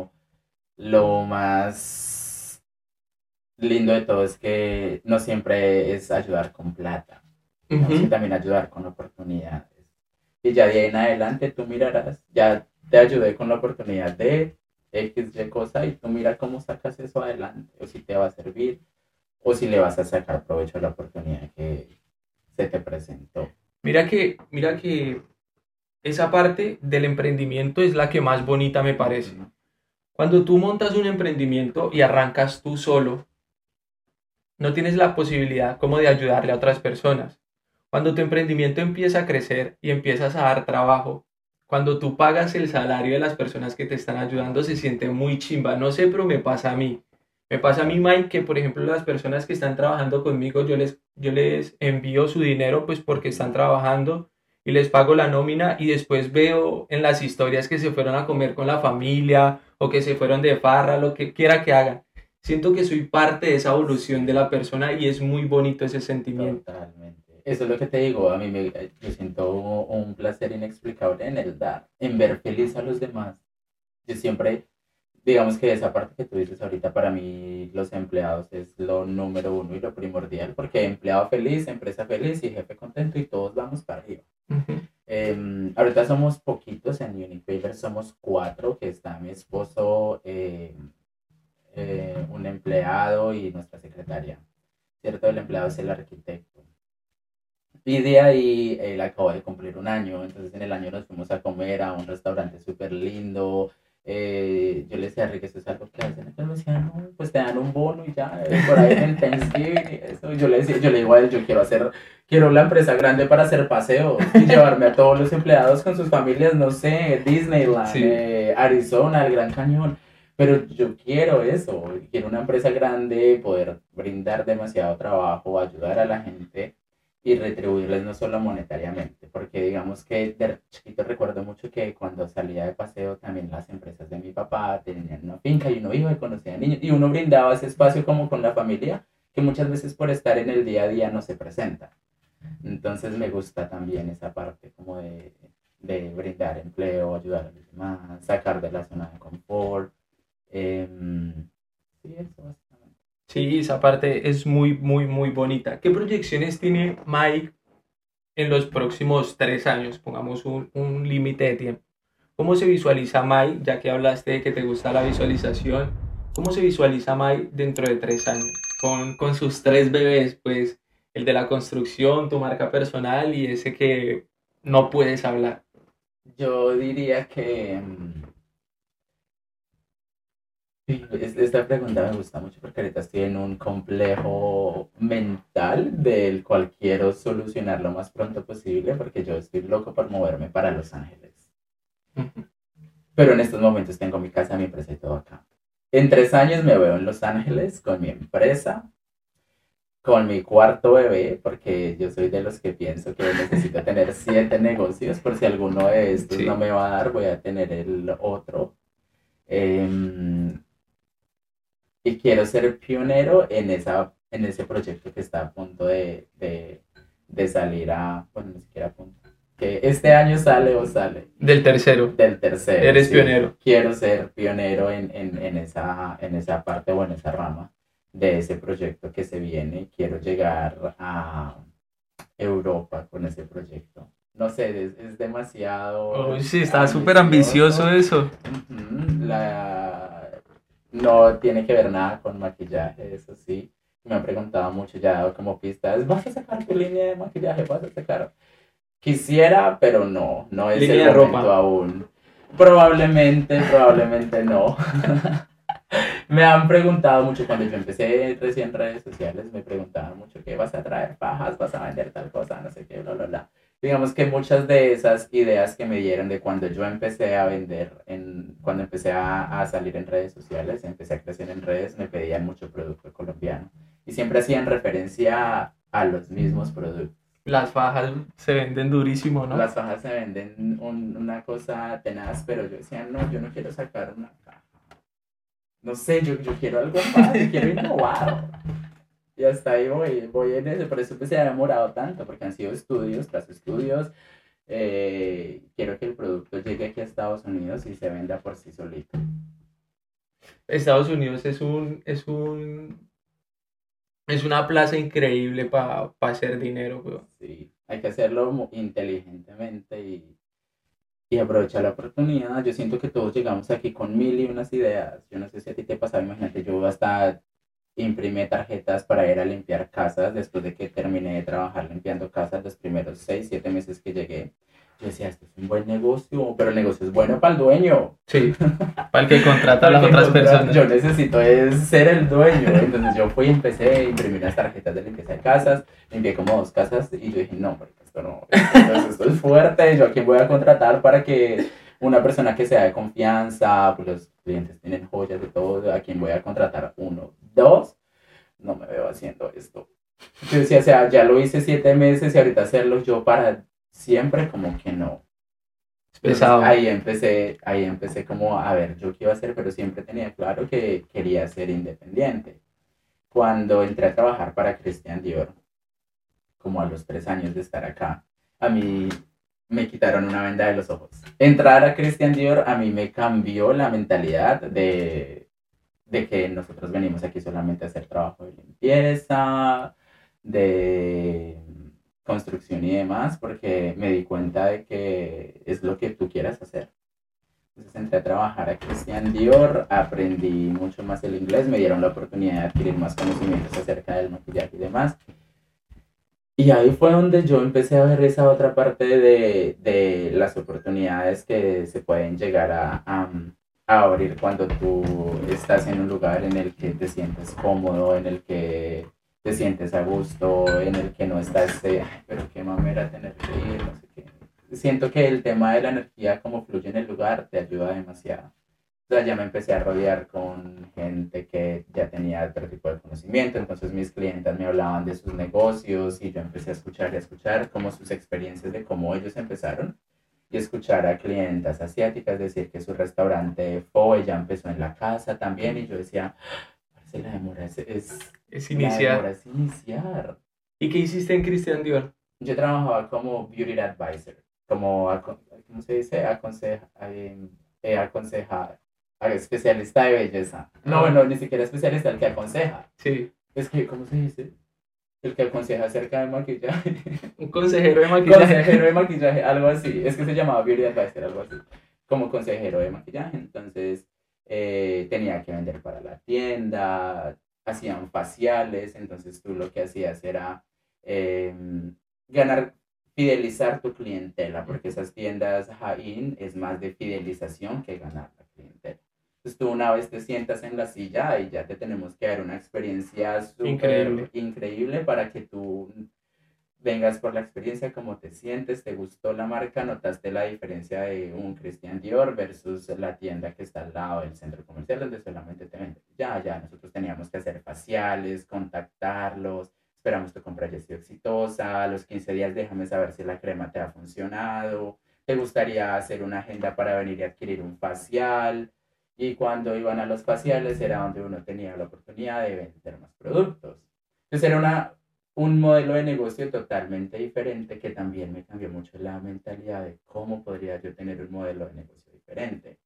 S3: lo más lindo de todo es que no siempre es ayudar con plata, sino que también ayudar con oportunidades. Y ya de ahí en adelante tú mirarás, ya te ayudé con la oportunidad de X, Y cosa y tú mira cómo sacas eso adelante, o si te va a servir, o si le vas a sacar provecho a la oportunidad que se te presentó.
S1: Mira que esa parte del emprendimiento es la que más bonita me parece. Cuando tú montas un emprendimiento y arrancas tú solo, no tienes la posibilidad como de ayudarle a otras personas. Cuando tu emprendimiento empieza a crecer y empiezas a dar trabajo, cuando tú pagas el salario de las personas que te están ayudando, se siente muy chimba. No sé, pero me pasa a mí. Me pasa a mí, Mike, que por ejemplo las personas que están trabajando conmigo, yo les envío su dinero pues porque están trabajando y les pago la nómina y después veo en las historias que se fueron a comer con la familia o que se fueron de farra, lo que quiera que hagan. Siento que soy parte de esa evolución de la persona y es muy bonito ese sentimiento.
S3: Totalmente. Eso es lo que te digo, yo siento un placer inexplicable en el dar, en ver feliz a los demás. Yo siempre, digamos que esa parte que tú dices ahorita, para mí los empleados es lo número uno y lo primordial, porque empleado feliz, empresa feliz y jefe contento y todos vamos para arriba. Ahorita somos poquitos en Uniqaver, somos 4, que está mi esposo, un empleado y nuestra secretaria, ¿cierto? El empleado es el arquitecto. Y de ahí él acabó de cumplir un año, entonces en el año nos fuimos a comer a un restaurante súper lindo. Yo le decía a Rick, eso es algo que hacen. Entonces me decía, no, pues te dan un bono y ya, por ahí en Thanksgiving y eso. Yo le digo a él, yo quiero la empresa grande para hacer paseos y llevarme a todos los empleados con sus familias, no sé, Disneyland, sí. Arizona, el Gran Cañón. Pero yo quiero eso, quiero una empresa grande, poder brindar demasiado trabajo, ayudar a la gente. y retribuirles no solo monetariamente, porque digamos que de chiquito recuerdo mucho que cuando salía de paseo también las empresas de mi papá tenían una finca y uno iba y conocía niños y uno brindaba ese espacio como con la familia que muchas veces por estar en el día a día no se presenta. Entonces me gusta también esa parte como de brindar empleo, ayudar a los demás, sacar de la zona de confort. Sí, eso básicamente.
S1: Sí, esa parte es muy, muy, muy bonita. ¿Qué proyecciones tiene Mike en los próximos 3 años? Pongamos un límite de tiempo. ¿Cómo se visualiza Mike, ya que hablaste de que te gusta la visualización? ¿Cómo se visualiza Mike dentro de 3 años? Con sus 3 bebés, pues el de la construcción, tu marca personal y ese que no puedes hablar.
S3: Yo diría que esta pregunta me gusta mucho porque ahorita estoy en un complejo mental del cual quiero solucionar lo más pronto posible porque yo estoy loco por moverme para Los Ángeles. Pero en estos momentos tengo mi casa, mi empresa y todo acá. En 3 años me veo en Los Ángeles con mi empresa, con mi cuarto bebé, porque yo soy de los que pienso que necesito tener 7 negocios, por si alguno de estos
S1: Sí.
S3: no me va a dar, voy a tener el otro. Y quiero ser pionero en ese proyecto que está a punto de salir bueno, ni siquiera a punto, que este año sale o sale.
S1: Del tercero.
S3: Del tercero.
S1: Eres
S3: sí.
S1: pionero.
S3: Quiero ser pionero en esa parte o en esa rama de ese proyecto que se viene. Quiero llegar a Europa con ese proyecto. No sé, es demasiado.
S1: Uy, sí, está súper ambicioso eso.
S3: No tiene que ver nada con maquillaje, eso sí. Me han preguntado mucho, ya he dado como pistas. ¿Vas a sacar tu línea de maquillaje? ¿Vas a sacar? Quisiera, pero no es
S1: Línea
S3: el
S1: de
S3: momento
S1: ropa.
S3: aún. Probablemente no. Me han preguntado mucho cuando yo empecé recién redes sociales, me preguntaban mucho qué vas a traer pajas, vas a vender tal cosa, no sé qué, bla, bla, bla. Digamos que muchas de esas ideas que me dieron de cuando yo empecé a vender, cuando empecé a salir en redes sociales, empecé a crecer en redes, me pedían mucho producto colombiano. Y siempre hacían referencia a los mismos productos.
S1: Las fajas se venden durísimo, ¿no?
S3: Las fajas se venden una cosa tenaz, pero yo decía, no, yo no quiero sacar una faja. No sé, yo quiero algo más, yo quiero innovar. Y hasta ahí voy en eso, por eso pues se ha demorado tanto, porque han sido estudios tras estudios. Quiero que el producto llegue aquí a Estados Unidos y se venda por sí solito.
S1: Estados Unidos es una plaza increíble para hacer dinero, weón.
S3: Sí, hay que hacerlo inteligentemente y aprovechar la oportunidad. Yo siento que todos llegamos aquí con 1001 ideas. Yo no sé si a ti te pasaba, imagínate, yo hasta imprimí tarjetas para ir a limpiar casas después de que terminé de trabajar limpiando casas los primeros 6, 7 meses que llegué. Yo decía, esto es un buen negocio, pero el negocio es bueno para el dueño.
S1: Sí, para el que contrata a las otras personas.
S3: Yo necesito ser el dueño. Entonces yo fui y empecé a imprimir las tarjetas de limpieza de casas, limpié como 2 casas y yo dije, no, esto no, esto es fuerte, yo a quién voy a contratar para que una persona que sea de confianza, pues los clientes tienen joyas de todo, a quién voy a contratar 1, 2, no me veo haciendo esto. Yo decía, o sea, ya lo hice 7 meses y ahorita hacerlo yo para siempre como que no.
S1: Es pesado.
S3: Entonces, ahí empecé como a ver yo qué iba a hacer, pero siempre tenía claro que quería ser independiente. Cuando entré a trabajar para Christian Dior, como a los 3 años de estar acá, a mí me quitaron una venda de los ojos. Entrar a Christian Dior a mí me cambió la mentalidad de que nosotros venimos aquí solamente a hacer trabajo de limpieza, de construcción y demás, porque me di cuenta de que es lo que tú quieras hacer. Entonces entré a trabajar a Christian Dior, aprendí mucho más el inglés, me dieron la oportunidad de adquirir más conocimientos acerca del maquillaje y demás. Y ahí fue donde yo empecé a ver esa otra parte de las oportunidades que se pueden llegar a abrir cuando tú estás en un lugar en el que te sientes cómodo, en el que te sientes a gusto, en el que no estás pero qué mamera tener que ir, no sé qué. Siento que el tema de la energía, como fluye en el lugar, te ayuda demasiado. O sea, ya me empecé a rodear con gente que ya tenía otro tipo de conocimiento, entonces mis clientes me hablaban de sus negocios y yo empecé a escuchar como sus experiencias de cómo ellos empezaron y escuchar a clientas asiáticas decir que su restaurante fue ya empezó en la casa también y yo decía, "Parce, la demora
S1: Es
S3: la demora
S1: iniciar.
S3: es iniciar".
S1: ¿Y qué hiciste en Christian Dior?
S3: Yo trabajaba como beauty advisor, como, ¿cómo se dice? Aconsejar, especialista de belleza. No, bueno, ni siquiera especialista, el que aconseja.
S1: Sí,
S3: Es que, ¿cómo se dice? El que aconseja acerca de maquillaje.
S1: un consejero de maquillaje.
S3: Consejero de maquillaje, algo así. Es que se llamaba beauty advisor, algo así. Como consejero de maquillaje. Entonces, tenía que vender para la tienda, hacían faciales, entonces tú lo que hacías era ganar, fidelizar tu clientela, porque esas tiendas high-end es más de fidelización que ganar la clientela. Entonces tú una vez te sientas en la silla y ya te tenemos que dar una experiencia súper increíble para que tú vengas por la experiencia, cómo te sientes, te gustó la marca, notaste la diferencia de un Christian Dior versus la tienda que está al lado del centro comercial donde solamente te venden. Ya, nosotros teníamos que hacer faciales, contactarlos, esperamos tu compra haya sido exitosa, a los 15 días déjame saber si la crema te ha funcionado, te gustaría hacer una agenda para venir y adquirir un facial. Y cuando iban a los faciales era donde uno tenía la oportunidad de vender más productos. Entonces era un modelo de negocio totalmente diferente que también me cambió mucho la mentalidad de cómo podría yo tener un modelo de negocio diferente.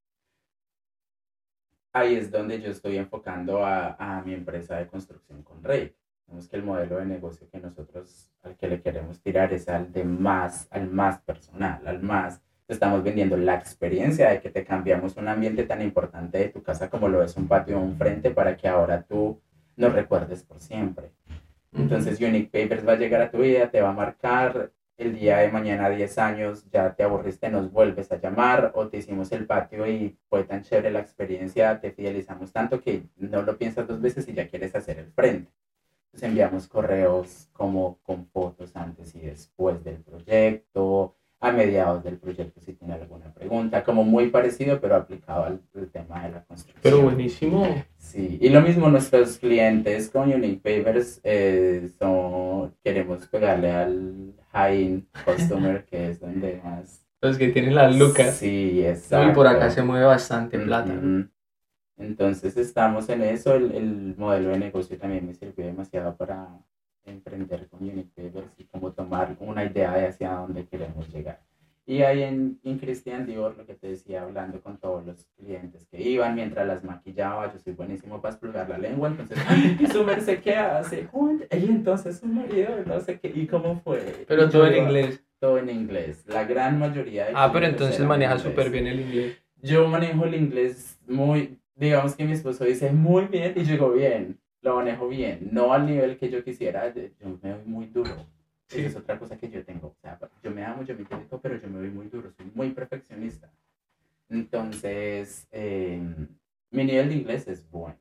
S3: Ahí es donde yo estoy enfocando a mi empresa de construcción con Rey. Vemos que el modelo de negocio que nosotros al que le queremos tirar es al más personal, al más. Te estamos vendiendo la experiencia de que te cambiamos un ambiente tan importante de tu casa como lo es un patio o un frente para que ahora tú nos recuerdes por siempre. Entonces Unique Papers va a llegar a tu vida, te va a marcar, el día de mañana 10 años ya te aburriste, nos vuelves a llamar o te hicimos el patio y fue tan chévere la experiencia, te fidelizamos tanto que no lo piensas dos veces y ya quieres hacer el frente. Entonces enviamos correos como con fotos antes y después del proyecto, a mediados del proyecto si tiene alguna pregunta, como muy parecido pero aplicado al tema de la construcción.
S1: Pero buenísimo.
S3: Sí, y lo mismo nuestros clientes con Unique Papers, queremos pegarle al high-end customer, que es donde más...
S1: Los que tienen las lucas.
S3: Sí, exacto.
S1: Y por acá se mueve bastante plata.
S3: Entonces estamos en eso, el modelo de negocio también me sirvió demasiado para emprender con Unique Papers y como tomar una idea de hacia dónde queremos llegar. Y ahí en Christian Dior, lo que te decía, hablando con todos los clientes que iban, mientras las maquillaba, yo soy buenísimo para explorar la lengua, entonces, ¿y su merced qué hace? Y entonces su marido, no sé qué, ¿y cómo fue?
S1: Pero
S3: y
S1: todo en inglés.
S3: Todo en inglés, la gran mayoría de
S1: pero entonces manejas súper bien el inglés.
S3: Yo manejo el inglés muy, digamos que mi esposo dice muy bien y yo digo bien, lo manejo bien, no al nivel que yo quisiera, yo me doy muy duro. Sí. Esa es otra cosa que yo tengo. O sea, yo me amo, yo me quiero, pero yo me voy muy duro, soy muy perfeccionista. Entonces, mi nivel de inglés es bueno.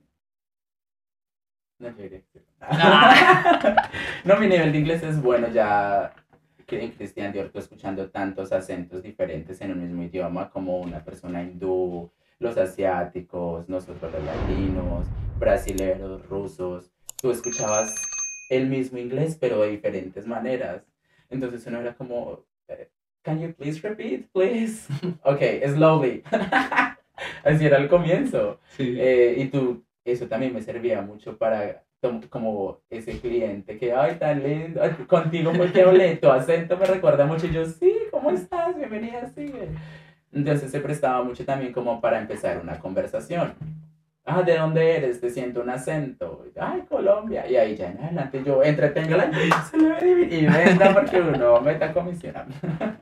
S3: No, mi nivel de inglés es bueno. Ya que en Christian Dior estoy escuchando tantos acentos diferentes en un mismo idioma, como una persona hindú, los asiáticos, nosotros los latinos, brasileños, rusos. Tú escuchabas el mismo inglés, pero de diferentes maneras. Entonces uno era como, can you please repeat, please? Okay, slowly. Así era al comienzo.
S1: Sí.
S3: Eso también me servía mucho para como ese cliente que, ay, tan lindo, contigo fue que hablé, tu acento me recuerda mucho, y yo, sí, ¿cómo estás? Bienvenida, sigue. Entonces se prestaba mucho también como para empezar una conversación. ¿De dónde eres? Te siento un acento. Ay, Colombia. Y ahí ya en adelante yo entretengo la y venda porque uno me está comisionando.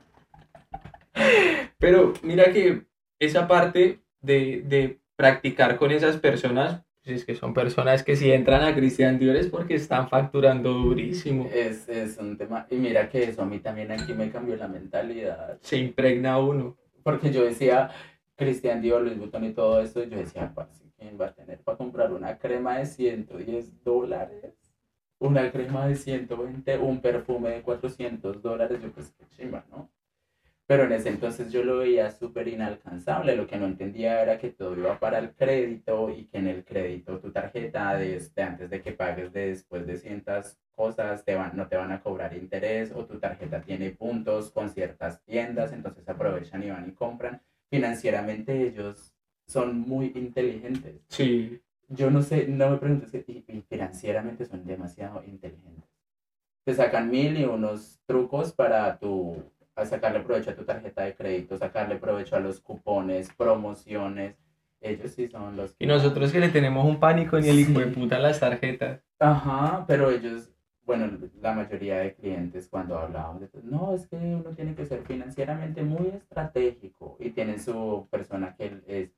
S1: Pero mira que esa parte de practicar con esas personas, pues es que son personas que si entran a Christian Dior es porque están facturando durísimo.
S3: Es un tema, y mira que eso a mí también aquí me cambió la mentalidad.
S1: Se impregna uno.
S3: Porque yo decía, Christian Dior, Louis Vuitton y todo eso, yo decía, ¿quién va a tener para comprar una crema de $110? Una crema de 120, un perfume de $400, yo pues qué chimba, ¿no? Pero en ese entonces yo lo veía súper inalcanzable. Lo que no entendía era que todo iba para el crédito y que en el crédito tu tarjeta, antes de que pagues después de ciertas cosas, no te van a cobrar interés, o tu tarjeta tiene puntos con ciertas tiendas, entonces aprovechan y van y compran. Financieramente ellos son muy inteligentes.
S1: Sí.
S3: Yo no sé, no me preguntes, y financieramente son demasiado inteligentes. Te sacan mil y unos trucos para a sacarle provecho a tu tarjeta de crédito, sacarle provecho a los cupones, promociones. Ellos sí son los
S1: Y nosotros que le tenemos un pánico ni el hijo de puta a las tarjetas.
S3: Ajá, pero ellos, bueno, la mayoría de clientes cuando hablábamos de no, es que uno tiene que ser financieramente muy estratégico y tienen su persona que es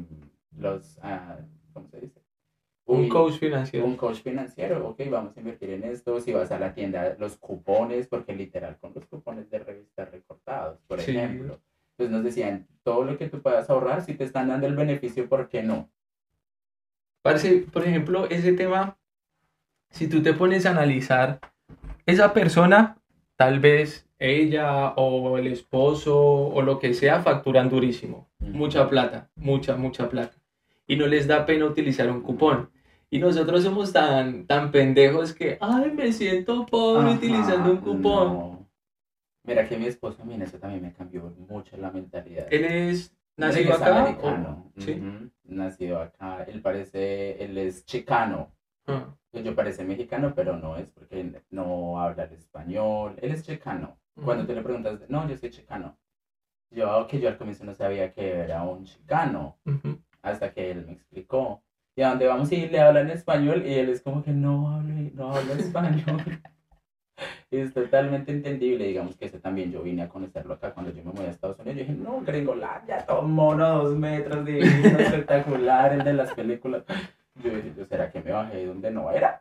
S3: ¿cómo se dice?
S1: Un coach financiero.
S3: Un coach financiero, ok, vamos a invertir en esto. Si vas a la tienda, los cupones, porque literal con los cupones de revistas recortados, por ejemplo. Entonces nos decían, todo lo que tú puedas ahorrar, si te están dando el beneficio, ¿por qué no?
S1: Parece, por ejemplo, ese tema, si tú te pones a analizar, esa persona, tal vez ella o el esposo o lo que sea, facturan durísimo. Mucha plata, mucha plata. Y no les da pena utilizar un cupón. Y nosotros somos tan pendejos que, ay, me siento pobre utilizando un cupón.
S3: No. Mira que mi esposo, a mí en eso también me cambió mucho la mentalidad.
S1: Él es nacido acá.
S3: Americano.
S1: ¿Sí?
S3: Nacido acá. Él es chicano. Yo parece mexicano, pero no es porque no habla el español. Él es chicano. Cuando tú le preguntas, no, yo soy chicano. Yo al comienzo no sabía que era un chicano. Hasta que él me explicó. Y a donde vamos y le hablan español y él es como que no habla español. Y es totalmente entendible, digamos que eso también yo vine a conocerlo acá cuando yo me voy a Estados Unidos. Yo dije, no, Gringolandia, todo mono, 2 metros, divino, espectacular, el de las películas. Yo dije, ¿será que me bajé donde no era?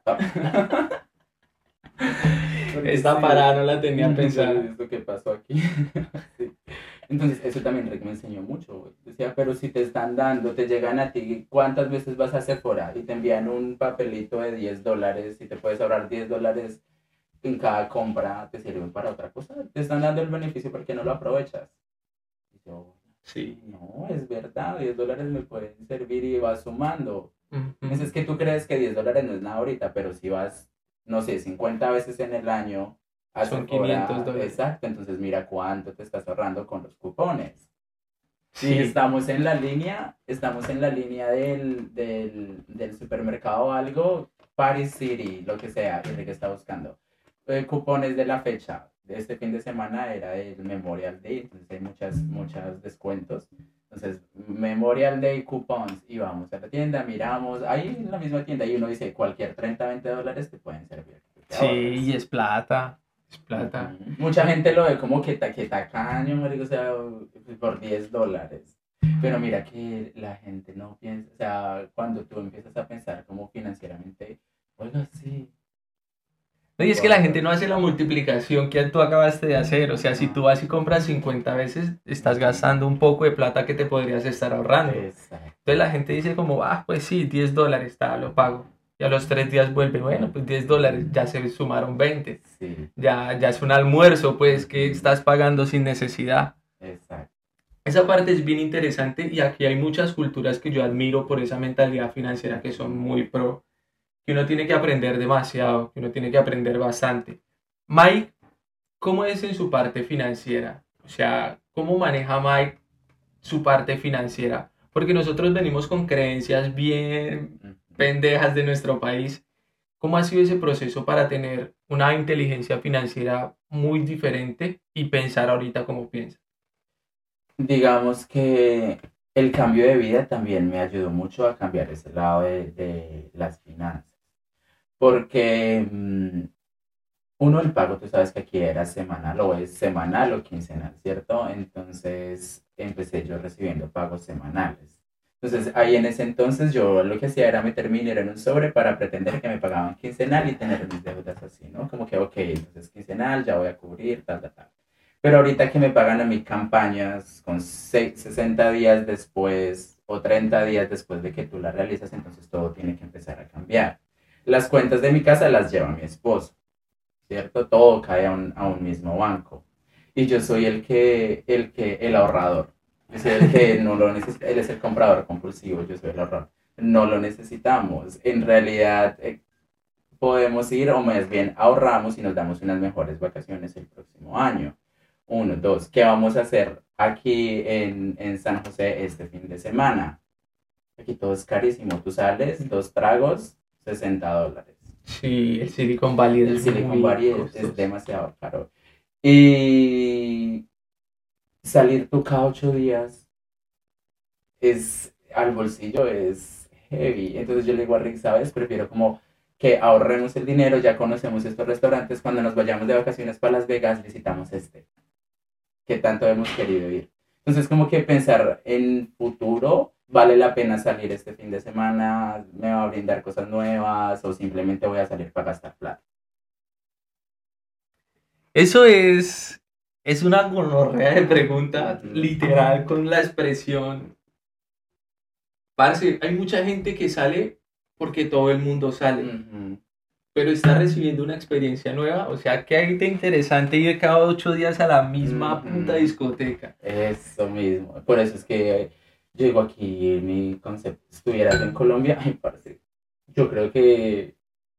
S1: Esta parada no la tenía pensada.
S3: ¿Esto qué pasó aquí? Sí. Entonces, eso también Rick me enseñó mucho. Decía, pero si te están dando, te llegan a ti, ¿cuántas veces vas a Sephora? Y te envían un papelito de $10 y te puedes ahorrar $10 en cada compra, te sirven para otra cosa. Te están dando el beneficio porque no lo aprovechas. Y yo,
S1: sí,
S3: no, es verdad, $10 me pueden servir y vas sumando. Es que tú crees que $10 no es nada ahorita, pero si vas, no sé, 50 veces en el año,
S1: son $500.
S3: Exacto, entonces mira cuánto te estás ahorrando con los cupones. Sí, estamos en la línea del supermercado o algo, Paris City, lo que sea, el que está buscando. Cupones de la fecha. De este fin de semana era el Memorial Day, entonces hay muchos descuentos. Entonces, Memorial Day coupons, y vamos a la tienda, miramos, ahí en la misma tienda, y uno dice, cualquier $30-20 te pueden servir.
S1: Sí, y es plata.
S3: Mucha gente lo ve como que tacaño, marico, o sea, por $10. Pero mira que la gente no piensa, o sea, cuando tú empiezas a pensar como financieramente, oiga, sí.
S1: No, y es que la gente no hace la multiplicación que tú acabaste de hacer. O sea, si tú vas y compras 50 veces, estás gastando un poco de plata que te podrías estar ahorrando.
S3: Exacto.
S1: Entonces la gente dice como, pues sí, $10, lo pago. Y a los 3 días vuelve, bueno, pues $10, ya se sumaron 20.
S3: Sí.
S1: Ya es un almuerzo, pues, que estás pagando sin necesidad.
S3: Exacto.
S1: Esa parte es bien interesante y aquí hay muchas culturas que yo admiro por esa mentalidad financiera que son muy pro, que uno tiene que aprender demasiado, que uno tiene que aprender bastante. Mike, ¿cómo es en su parte financiera? O sea, ¿cómo maneja Mike su parte financiera? Porque nosotros venimos con creencias bien pendejas de nuestro país. ¿Cómo ha sido ese proceso para tener una inteligencia financiera muy diferente y pensar ahorita como piensa?
S3: Digamos que el cambio de vida también me ayudó mucho a cambiar ese lado de las finanzas. Porque uno, el pago, tú sabes que aquí era semanal, o es semanal o quincenal, ¿cierto? Entonces empecé yo recibiendo pagos semanales. Entonces ahí en ese entonces yo lo que hacía era meter mi dinero en un sobre para pretender que me pagaban quincenal y tener mis deudas así, ¿no? Como que, ok, entonces quincenal, ya voy a cubrir, tal. Pero ahorita que me pagan a mí campañas con 60 días después o 30 días después de que tú las realizas, entonces todo tiene que empezar a cambiar. Las cuentas de mi casa las lleva mi esposo, ¿cierto? Todo cae a un mismo banco. Y yo soy el ahorrador. Yo soy el que no lo necesita, él es el comprador compulsivo, yo soy el ahorrador. No lo necesitamos. En realidad podemos ir, o más bien ahorramos y nos damos unas mejores vacaciones el próximo año. Uno, dos, ¿qué vamos a hacer aquí en San José este fin de semana? Aquí todo es carísimo. Tú sales, 2 tragos, $60.
S1: Sí, el Silicon Valley
S3: El
S1: es
S3: Silicon
S1: muy
S3: Valley es
S1: costoso.
S3: demasiado caro. Y salir tú cada 8 días es al bolsillo es heavy. Entonces yo le digo a Rick, ¿sabes? Prefiero como que ahorremos el dinero, ya conocemos estos restaurantes, cuando nos vayamos de vacaciones para Las Vegas, visitamos este, que tanto hemos querido ir. Entonces como que pensar en futuro, vale la pena salir este fin de semana, me va a brindar cosas nuevas o simplemente voy a salir para gastar plata.
S1: Eso es una gonorrea de pregunta, literal, con la expresión. Parce, hay mucha gente que sale porque todo el mundo sale, pero está recibiendo una experiencia nueva. O sea, ¿qué hay de interesante ir cada 8 días a la misma puta discoteca?
S3: Eso mismo. Por eso es que yo digo aquí, mi concepto, estuvieras en Colombia, ay, parce, yo creo que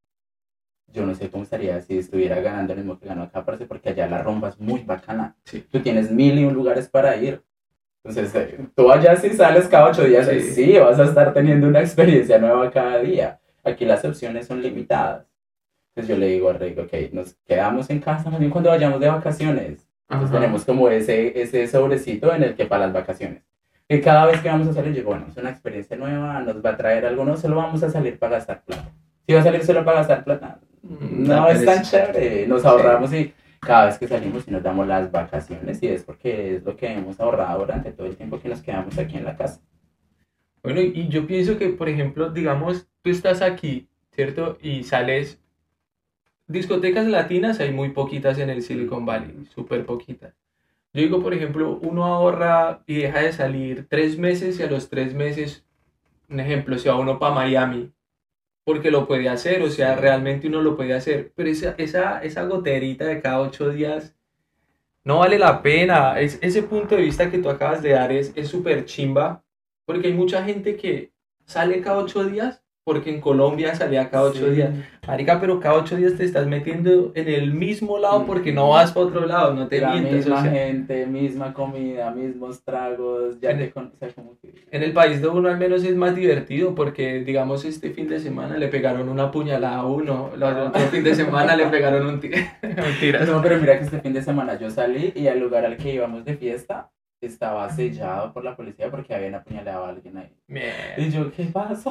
S3: yo no sé cómo estaría si estuviera ganando lo mismo que gano acá, parce, porque allá la rumba es muy bacana.
S1: Sí.
S3: Tú tienes 1001 lugares para ir. Entonces, tú allá si sales cada 8 días, sí, vas a estar teniendo una experiencia nueva cada día. Aquí las opciones son limitadas. Entonces yo le digo a Rick, ok, nos quedamos en casa más bien cuando vayamos de vacaciones. Entonces tenemos como ese sobrecito en el que para las vacaciones. Que cada vez que vamos a salir, digo, bueno, es una experiencia nueva, nos va a traer algo, no solo vamos a salir para gastar plata. Si va a salir solo para gastar plata, no es tan chévere. Nos ahorramos y cada vez que salimos y nos damos las vacaciones y es porque es lo que hemos ahorrado durante todo el tiempo que nos quedamos aquí en la casa.
S1: Bueno, y yo pienso que, por ejemplo, digamos, tú estás aquí, ¿cierto? Y sales. Discotecas latinas hay muy poquitas en el Silicon Valley, súper poquitas. Yo digo, por ejemplo, uno ahorra y deja de salir 3 meses y a los 3 meses, un ejemplo, se va uno para Miami, porque lo puede hacer, o sea, realmente uno lo puede hacer, pero esa goterita de cada 8 días no vale la pena. Ese punto de vista que tú acabas de dar es súper chimba, porque hay mucha gente que sale cada 8 días, porque en Colombia salía cada 8 días. Marica, pero cada 8 días te estás metiendo en el mismo lado porque no vas para otro lado, no te
S3: la
S1: mientas.
S3: Misma
S1: o sea,
S3: gente, misma comida, mismos tragos, ya te o sea, como que...
S1: En el país de uno al menos es más divertido porque, digamos, este fin de semana le pegaron una puñalada a uno, el otro fin de semana le pegaron un tiro.
S3: No, pero mira que este fin de semana yo salí y al lugar al que íbamos de fiesta estaba sellado por la policía porque habían apuñalado a alguien ahí.
S1: Mierda.
S3: Y yo, ¿qué pasó?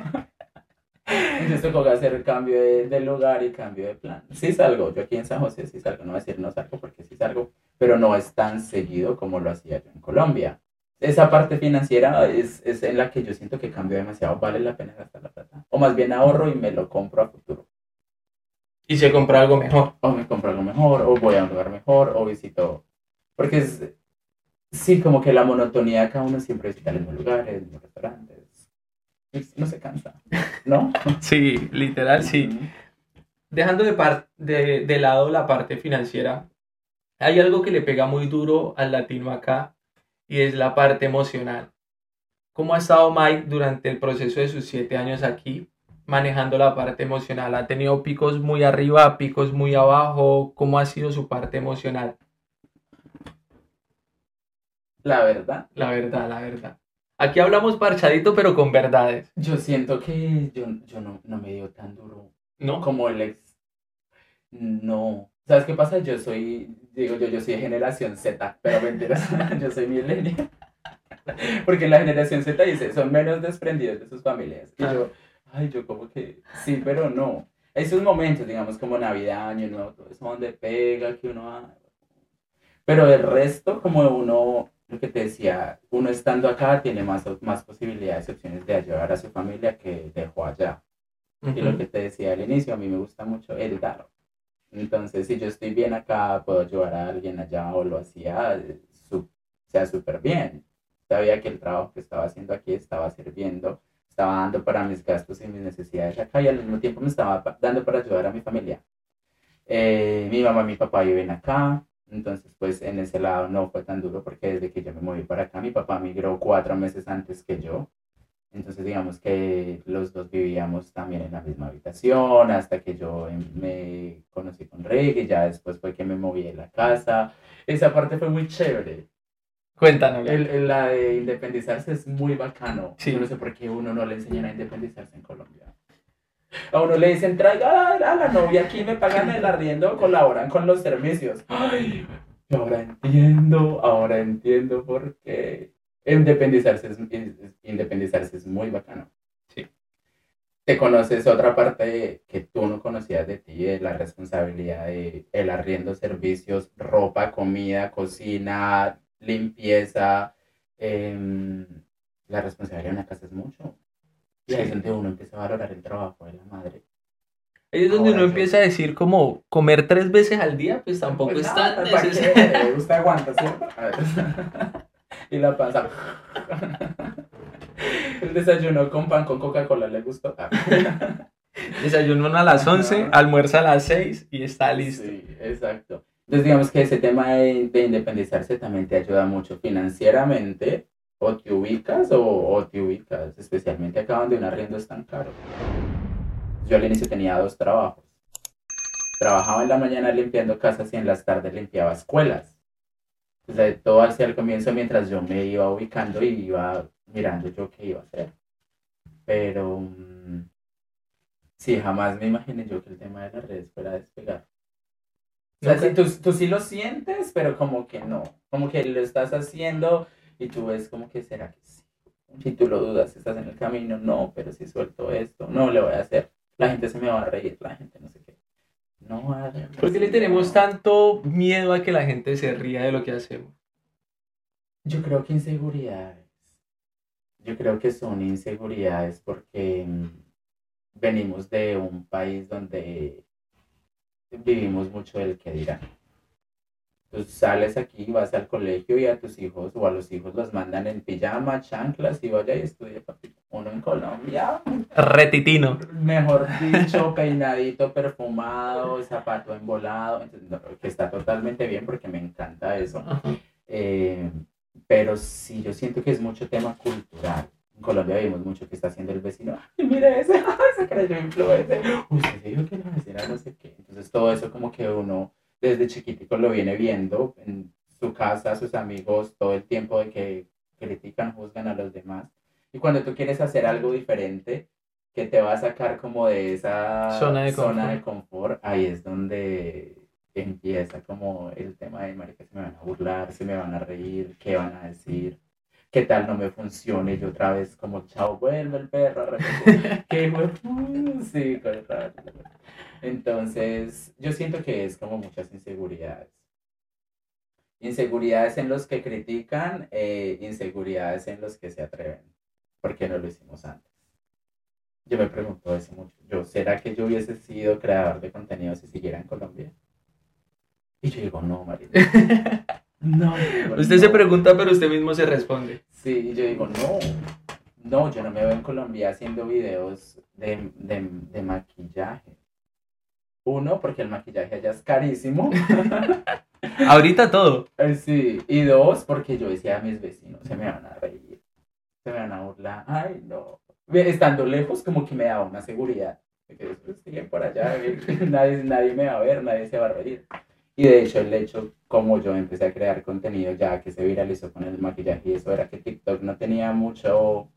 S3: Entonces tocó hacer cambio de lugar y cambio de plan. Sí salgo, yo aquí en San José sí salgo, no voy a decir no salgo porque sí salgo, pero no es tan seguido como lo hacía yo en Colombia. Esa parte financiera es en la que yo siento que cambio demasiado, vale la pena gastar la plata. O más bien ahorro y me lo compro a futuro.
S1: Y se compra algo mejor.
S3: O me compro algo mejor, o voy a un lugar mejor, o visito... Porque es, sí, como que la monotonía de cada uno siempre visita los mismos lugares, los mismos restaurantes. No se cansa, ¿no?
S1: Sí, literal, sí. Dejando de lado la parte financiera, hay algo que le pega muy duro al latino acá y es la parte emocional. ¿Cómo ha estado Mike durante el proceso de sus 7 años aquí manejando la parte emocional? ¿Ha tenido picos muy arriba, picos muy abajo? ¿Cómo ha sido su parte emocional?
S3: La verdad.
S1: La verdad, la verdad. Aquí hablamos parchadito, pero con verdades.
S3: Yo siento que yo no me dio tan duro.
S1: ¿No?
S3: Como el ex. No. ¿Sabes qué pasa? Yo soy de generación Z, pero mentiras, yo soy millennial. Porque la generación Z dice, son menos desprendidos de sus familias. Y yo como que, sí, pero no. Hay sus momentos, digamos, como Navidad, Año Nuevo, todo eso donde pega, que uno... Pero el resto, como uno, lo que te decía, uno estando acá tiene más posibilidades y opciones de ayudar a su familia que dejó allá. Y lo que te decía al inicio, a mí me gusta mucho el dar. Entonces, si yo estoy bien acá, puedo ayudar a alguien allá o lo hacía, sea súper bien. Sabía que el trabajo que estaba haciendo aquí estaba sirviendo, estaba dando para mis gastos y mis necesidades acá y al mismo tiempo me estaba dando para ayudar a mi familia. Mi mamá y mi papá viven acá, Entonces, pues en ese lado no fue tan duro porque desde que yo me moví para acá, mi papá migró 4 meses antes que yo. Entonces, digamos que los dos vivíamos también en la misma habitación hasta que yo me conocí con Rick y ya después fue que me moví de la casa. Esa parte fue muy chévere.
S1: Cuéntanos.
S3: La de independizarse es muy bacano.
S1: Sí.
S3: Yo no sé por qué uno no le enseñan a independizarse en Colombia. A uno le dicen, traiga a la novia aquí, me pagan el arriendo, colaboran con los servicios. Ay, ahora entiendo por qué. Independizarse es muy bacano.
S1: Sí.
S3: Te conoces otra parte que tú no conocías de ti, de la responsabilidad de el arriendo, servicios, ropa, comida, cocina, limpieza. La responsabilidad de una casa es mucho. Y ahí es donde uno empieza a valorar el trabajo de la madre.
S1: Ahí es donde uno empieza a decir como comer 3 veces al día, pues tampoco
S3: pues
S1: es tan
S3: nada,
S1: necesario.
S3: Usted aguanta, ¿cierto? Y la panza. El desayuno con pan con Coca-Cola le gustó.
S1: Desayuno a las 11, almuerza a las 6 y está listo.
S3: Sí, exacto. Entonces digamos que ese tema de independizarse también te ayuda mucho financieramente. O te ubicas o te ubicas, especialmente acá donde un arriendo es tan caro. Yo al inicio tenía 2 trabajos. Trabajaba en la mañana limpiando casas y en las tardes limpiaba escuelas. O sea, todo hacia el comienzo mientras yo me iba ubicando y iba mirando yo qué iba a hacer. Pero sí, jamás me imaginé yo que el tema de las redes fuera a despegar. O sea, sí, tú sí lo sientes, pero como que no. Como que lo estás haciendo y tú ves como que será que sí. Si tú lo dudas, estás en el camino, no, pero si suelto esto, no le voy a hacer. La gente se me va a reír, la gente no sé qué. No hagan.
S1: ¿Por qué le tenemos tanto miedo a que la gente se ría de lo que hacemos?
S3: Yo creo que inseguridades. Yo creo que son inseguridades porque venimos de un país donde vivimos mucho del que dirán. Tú sales aquí, vas al colegio y a tus hijos o a los hijos los mandan en pijama, chanclas y vaya y estudia, papi. Uno en Colombia,
S1: Retitino.
S3: mejor dicho, peinadito, perfumado, zapato embolado, entonces, no, que está totalmente bien porque me encanta eso. Pero sí, yo siento que es mucho tema cultural. En Colombia vimos mucho que está haciendo el vecino. ¡Ay, mire ese! Se creyó influencer. Usted dijo que la vecina no sé qué. Entonces todo eso como que uno desde chiquitico lo viene viendo en su casa, sus amigos, todo el tiempo de que critican, juzgan a los demás. Y cuando tú quieres hacer algo diferente, que te va a sacar como de esa zona de confort, ahí es donde empieza como el tema de, marica, se me van a burlar, se me van a reír, qué van a decir, qué tal no me funcione, yo otra vez como, chao, vuelve el perro a repetir, qué sí, correcto. Entonces, yo siento que es como muchas inseguridades. Inseguridades en los que critican, inseguridades en los que se atreven. ¿Por qué no lo hicimos antes? Yo me pregunto eso mucho. ¿Será que yo hubiese sido creador de contenido si siguiera en Colombia? Y yo digo, no, María. No.
S1: Usted se pregunta, pero usted mismo se responde.
S3: Sí, y yo digo, no, yo no me veo en Colombia haciendo videos de maquillaje. 1, porque el maquillaje allá es carísimo.
S1: Ahorita todo.
S3: Sí, y 2, porque yo decía a mis vecinos, se me van a reír, se me van a burlar. Ay, no. Estando lejos, como que me daba una seguridad. Que siguen por allá, nadie me va a ver, nadie se va a reír. Y de hecho, el hecho, como yo empecé a crear contenido ya que se viralizó con el maquillaje, y eso era que TikTok no tenía mucho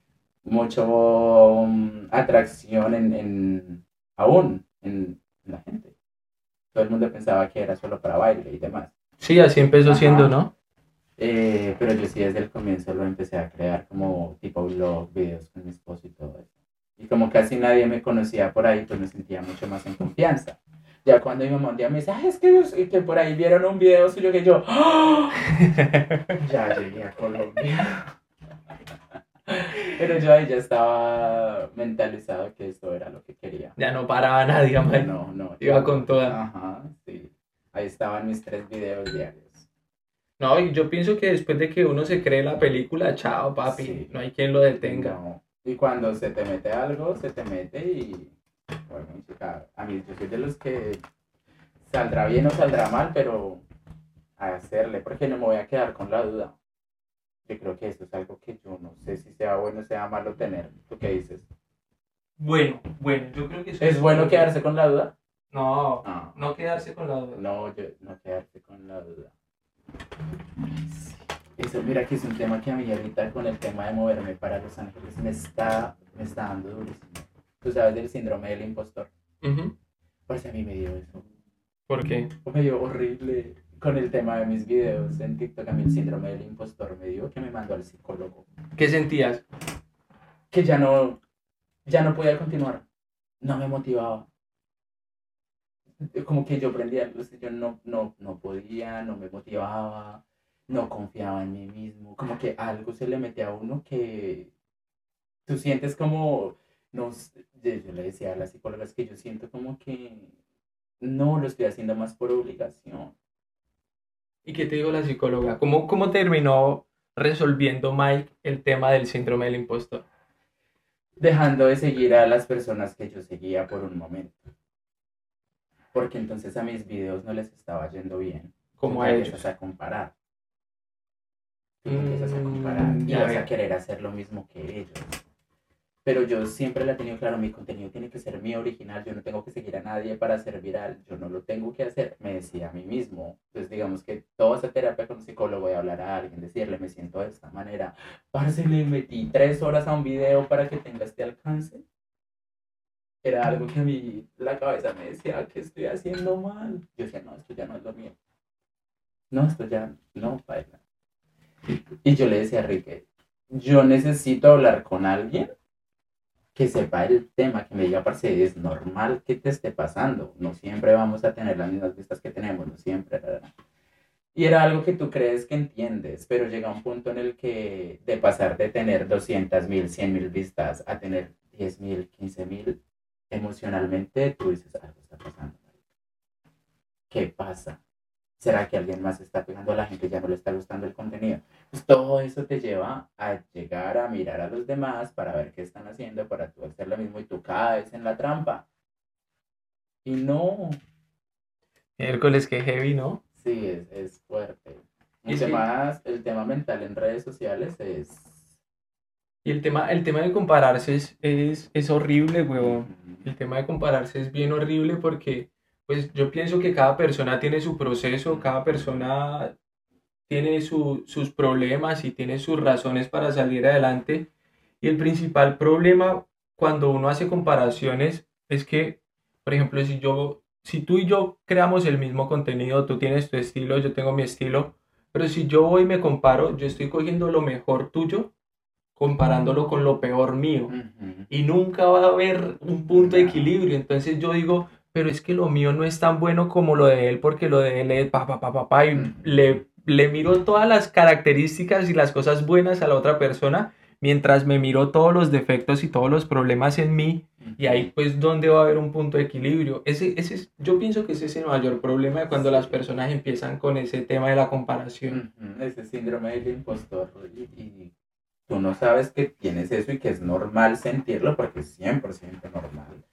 S3: atracción aún en la gente. Todo el mundo pensaba que era solo para baile y demás.
S1: Sí, así empezó siendo, ¿no?
S3: Pero yo sí desde el comienzo lo empecé a crear como tipo vlog, videos con mi esposo y todo eso. Y como casi nadie me conocía por ahí, pues me sentía mucho más en confianza. Ya cuando mi mamá un día me dice, es que por ahí vieron un video suyo que yo, ¡oh! Ya llegué a Colombia. Pero yo ahí ya estaba mentalizado que esto era lo que quería.
S1: Ya no paraba nadie, man.
S3: No.
S1: Iba con toda.
S3: Ajá, sí. Ahí estaban mis 3 videos diarios.
S1: No, y yo pienso que después de que uno se cree la película, chao, papi, sí. No hay quien lo detenga.
S3: No. Y cuando se te mete algo, se te mete y... Bueno, chica, a mí yo soy de los que saldrá bien o saldrá mal, pero a hacerle, porque no me voy a quedar con la duda. Yo creo que eso es algo que yo no sé si sea bueno o sea malo tener. ¿Tú qué dices?
S1: Bueno, yo creo que eso
S3: ¿Es bueno quedarse con la duda?
S1: No,
S3: No,
S1: no quedarse con la duda.
S3: no, yo no quedarse con la duda. Sí. Eso, mira que es un tema que a mí ahorita con el tema de moverme para Los Ángeles me está dando durísimo. Tú sabes del síndrome del impostor.
S1: Ujú.
S3: Pues a mí me dio eso.
S1: ¿Por qué?
S3: Me dio horrible con el tema de mis videos en TikTok. A mí el síndrome del impostor me dio que me mandó al psicólogo.
S1: ¿Qué sentías?
S3: Que ya no podía continuar. No me motivaba. Como que yo prendía luces, yo no podía, no me motivaba, no confiaba en mí mismo. Como que algo se le mete a uno que tú sientes como, no, yo le decía a las psicólogas que yo siento como que no lo estoy haciendo más por obligación.
S1: ¿Y qué te dijo la psicóloga? ¿Cómo terminó resolviendo Mike el tema del síndrome del impostor?
S3: Dejando de seguir a las personas que yo seguía por un momento. Porque entonces a mis videos no les estaba yendo bien.
S1: Como
S3: Tú
S1: a
S3: te
S1: ellos.
S3: empiezas a comparar. Tú te empiezas a comparar y
S1: ya
S3: vas a
S1: veo.
S3: querer hacer lo mismo que ellos. Pero yo siempre la he tenido claro, mi contenido tiene que ser mío original, yo no tengo que seguir a nadie para ser viral, yo no lo tengo que hacer, me decía a mí mismo. Entonces digamos que toda esa terapia con un psicólogo y hablar a alguien, decirle me siento de esta manera, parce, le metí 3 horas a un video para que tenga este alcance. Era algo que a mí la cabeza me decía que estoy haciendo mal. Yo decía, no, esto ya no es lo mío. No, esto ya no, baila. Y yo le decía a Enrique, yo necesito hablar con alguien que sepa el tema, que me diga, parce, es normal que te esté pasando. No siempre vamos a tener las mismas vistas que tenemos, no siempre. ¿Verdad? Y era algo que tú crees que entiendes, pero llega un punto en el que de pasar de tener 200.000, 100.000 vistas a tener 10.000, 15.000, emocionalmente tú dices, algo está pasando. ¿Qué pasa? ¿Será que alguien más está pegando a la gente, ya no le está gustando el contenido? Pues todo eso te lleva a llegar a mirar a los demás para ver qué están haciendo, para tú hacer lo mismo y tú caes en la trampa. Y no,
S1: Miércoles, que heavy, ¿no?
S3: sí, es fuerte.
S1: Es que,
S3: El tema mental en redes sociales es...
S1: y el tema de compararse es horrible, huevón. El tema de compararse es bien horrible porque, pues, yo pienso que cada persona tiene su proceso, cada persona tiene sus problemas y tiene sus razones para salir adelante. Y el principal problema cuando uno hace comparaciones es que, por ejemplo, si tú y yo creamos el mismo contenido, tú tienes tu estilo, yo tengo mi estilo, pero si yo voy y me comparo, yo estoy cogiendo lo mejor tuyo, comparándolo con lo peor mío. Y nunca va a haber un punto de equilibrio. Entonces yo digo, pero es que lo mío no es tan bueno como lo de él, porque lo de él es pa, y le miro todas las características y las cosas buenas a la otra persona, mientras me miro todos los defectos y todos los problemas en mí, y ahí pues donde va a haber un punto de equilibrio. Yo pienso que ese es el mayor problema de cuando las personas empiezan con ese tema de la comparación.
S3: Ese síndrome del impostor y tú no sabes que tienes eso y que es normal sentirlo porque es 100% normal.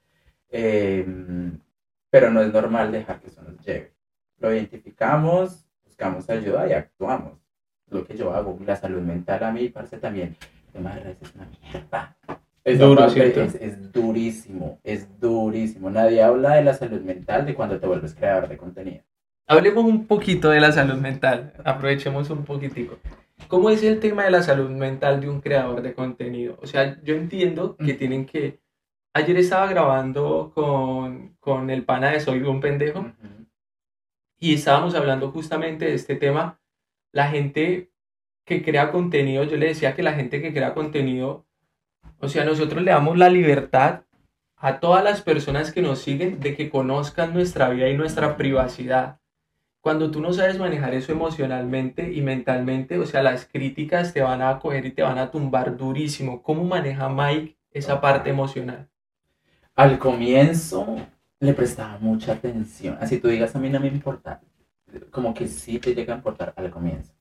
S3: Pero no es normal dejar que eso nos lleve. Lo identificamos, buscamos ayuda y actuamos. Lo que yo hago, la salud mental a mí, parce, también. El tema de redes es una mierda. Esa
S1: Duro,
S3: parte
S1: ¿cierto?
S3: es durísimo, es durísimo. Nadie habla de la salud mental de cuando te vuelves creador de contenido.
S1: Hablemos un poquito de la salud mental, aprovechemos un poquitico. ¿Cómo es el tema de la salud mental de un creador de contenido? O sea, yo entiendo que tienen que... Ayer estaba grabando con el pana de Soy un pendejo y estábamos hablando justamente de este tema. La gente que crea contenido, yo le decía que la gente que crea contenido, o sea, nosotros le damos la libertad a todas las personas que nos siguen de que conozcan nuestra vida y nuestra privacidad. Cuando tú no sabes manejar eso emocionalmente y mentalmente, o sea, las críticas te van a coger y te van a tumbar durísimo. ¿Cómo maneja Mike esa parte emocional?
S3: Al comienzo le prestaba mucha atención. Así tú digas, a mí no me importa. Como que sí te llega a importar al comienzo.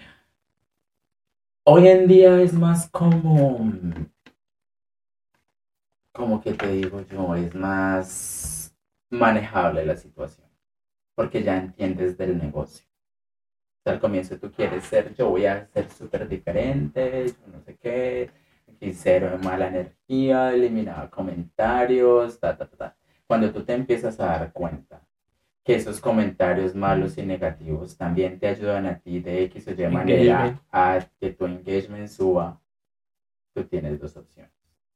S3: Hoy en día es más como que te digo yo, es más manejable la situación. Porque ya entiendes del negocio. sea, al comienzo tú quieres ser, yo voy a ser súper diferente, yo no sé qué, y cero de mala energía, eliminaba comentarios, ta, ta, ta, ta. Cuando tú te empiezas a dar cuenta que esos comentarios malos y negativos también te ayudan a ti de X o Y manera
S1: Engagement.
S3: a que tu engagement suba, tú tienes dos opciones.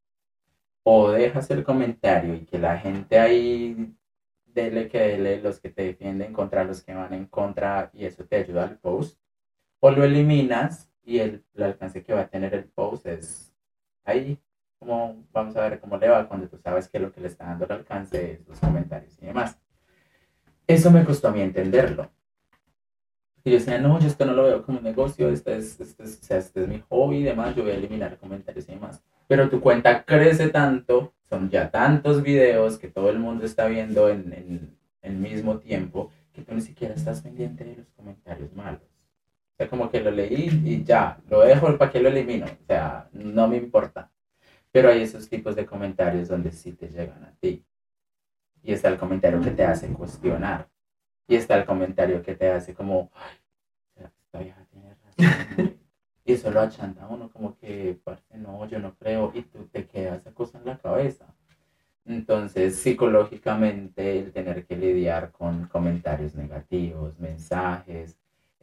S3: O dejas el comentario y que la gente ahí dele que dele, los que te defienden contra los que van en contra, y eso te ayuda al post, o lo eliminas y el alcance que va a tener el post es ahí. Como vamos a ver cómo le va cuando tú sabes que lo que le está dando el alcance es los comentarios y demás. Eso me costó a mí entenderlo. Y yo decía, no, yo esto no lo veo como un negocio, o sea, este es mi hobby y demás, yo voy a eliminar comentarios y demás. Pero tu cuenta crece tanto, son ya tantos videos que todo el mundo está viendo en el mismo tiempo, que tú ni siquiera estás pendiente de los comentarios malos. O sea, como que lo leí y ya, lo dejo, ¿para qué lo elimino? O sea, no me importa. Pero hay esos tipos de comentarios donde sí te llegan a ti. Y está el comentario que te hace cuestionar. Y está el comentario que te hace como, esta vieja tiene razón. Y eso lo achanta a uno como que, parce, no, yo no creo. Y tú te quedas esa cosa en la cabeza. Entonces, psicológicamente, el tener que lidiar con comentarios negativos, mensajes,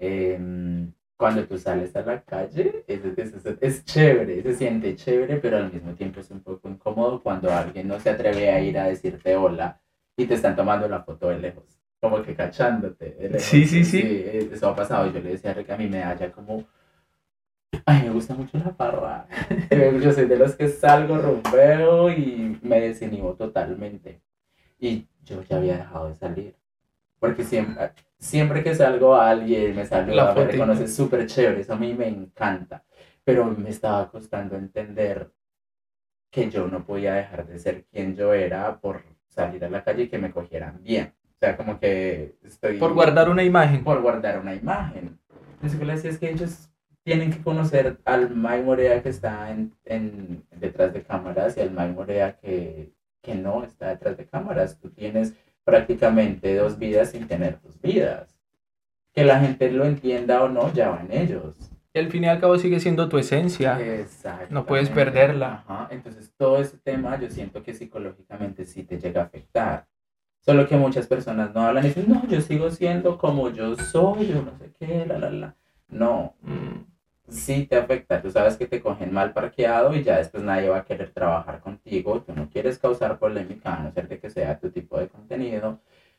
S3: cuando tú sales a la calle, es chévere, se siente chévere, pero al mismo tiempo es un poco incómodo cuando alguien no se atreve a ir a decirte hola y te están tomando la foto de lejos, como que cachándote de lejos.
S1: Sí, sí,
S3: Sí,
S1: sí.
S3: eso ha pasado. Yo le decía a Rick, a mí me da ya como, ay, me gusta mucho la farra. Yo soy de los que salgo, rumbeo y me desinhibo totalmente. Y yo ya había dejado de salir. Porque siempre que salgo a alguien me
S1: La
S3: saluda, me
S1: foto.
S3: reconoce súper chévere, eso a mí me encanta. Pero me estaba costando entender que yo no podía dejar de ser quien yo era por salir a la calle y que me cogieran bien. O sea, como que
S1: Por
S3: estoy
S1: guardar una imagen.
S3: por guardar una imagen. Entonces, yo le decía, es que ellos tienen que conocer al Mike Morea que está detrás de cámaras y al Mike Morea que no está detrás de cámaras. Tú tienes prácticamente dos vidas sin tener dos vidas. Que la gente lo entienda o no, ya van ellos.
S1: Y al fin y al cabo sigue siendo tu esencia.
S3: Exactamente.
S1: No puedes perderla.
S3: Ajá. Entonces, todo ese tema yo siento que psicológicamente sí te llega a afectar. Solo que muchas personas no hablan y dicen, no, yo sigo siendo como yo soy, yo no sé qué, la, la, la. No, sí te afecta. Tú sabes que te cogen mal parqueado y ya después nadie va a querer trabajar contigo. Tú no quieres causar polémica, a no ser de que sea tu tipo de contenido.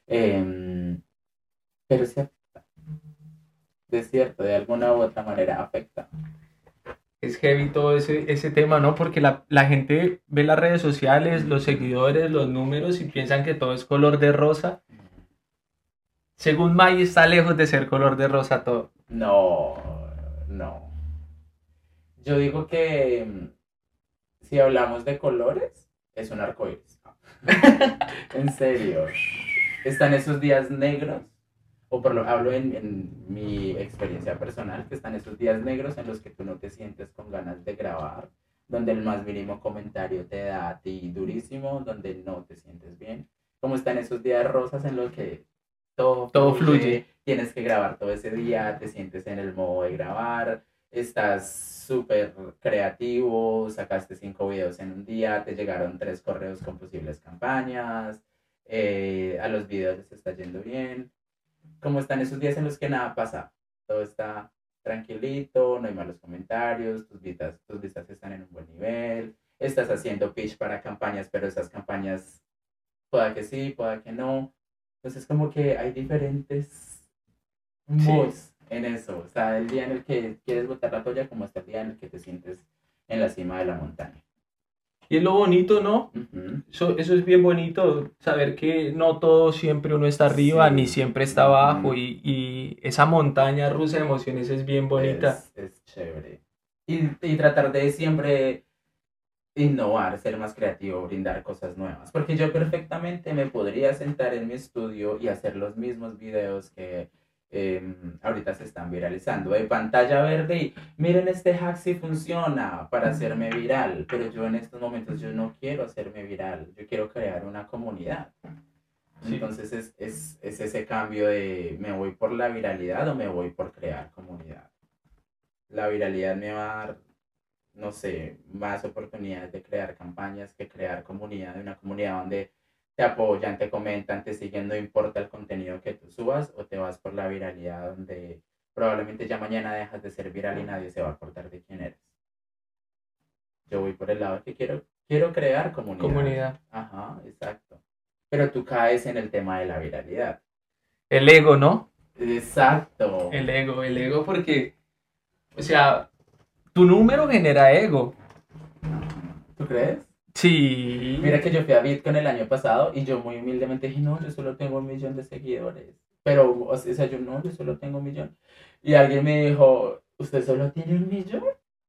S3: Pero sí afecta. De cierto, de alguna u otra manera afecta.
S1: Es heavy todo ese tema, ¿no? Porque la gente ve las redes sociales, los seguidores, los números y piensan que todo es color de rosa. Según May, está lejos de ser color de rosa todo.
S3: No, no. Yo digo que si hablamos de colores, es un arcoíris. En serio. Están esos días negros, o hablo en mi experiencia personal, que están esos días negros en los que tú no te sientes con ganas de grabar, donde el más mínimo comentario te da a ti durísimo, donde no te sientes bien. Como están esos días rosas en los que todo fluye, tienes que grabar todo ese día, te sientes en el modo de grabar, estás súper creativo, sacaste 5 videos en un día, te llegaron 3 correos con posibles campañas, a los videos les está yendo bien. Como están esos días en los que nada pasa, todo está tranquilito, no hay malos comentarios, tus vistas están en un buen nivel, estás haciendo pitch para campañas, pero esas campañas pueda que sí, pueda que no. Entonces como que hay diferentes moods en eso. O sea, el día en el que quieres botar la toalla como está el día en el que te sientes en la cima de la montaña.
S1: Y es lo bonito, ¿no?
S3: Uh-huh.
S1: Eso es bien bonito, saber que no todo siempre uno está arriba,
S3: Sí.
S1: ni siempre está abajo, y esa montaña rusa de emociones es bien bonita.
S3: Es chévere. Y tratar de siempre innovar, ser más creativo, brindar cosas nuevas. Porque yo perfectamente me podría sentar en mi estudio y hacer los mismos videos que ahorita se están viralizando. De pantalla verde y miren este hack si funciona para hacerme viral. Pero yo en estos momentos yo no quiero hacerme viral. Yo quiero crear una comunidad.
S1: Sí.
S3: Entonces es ese cambio de me voy por la viralidad o me voy por crear comunidad. La viralidad me va a dar, no sé, más oportunidades de crear campañas que crear comunidad, una comunidad donde te apoyan, te comentan, te siguen, no importa el contenido que tú subas, o te vas por la viralidad donde probablemente ya mañana dejas de ser viral y nadie se va a acordar de quién eres. Yo voy por el lado que quiero crear comunidad.
S1: Comunidad.
S3: Ajá, exacto. Pero tú caes en el tema de la viralidad.
S1: El ego, ¿no?
S3: Exacto.
S1: El ego porque, o sea, tu número genera ego.
S3: ¿Tú crees?
S1: Sí.
S3: Mira que yo fui a Bitcoin el año pasado y yo muy humildemente dije, no, yo solo tengo 1 millón de seguidores. Pero, o sea, yo solo tengo 1 millón. Y alguien me dijo, ¿usted solo tiene 1 millón?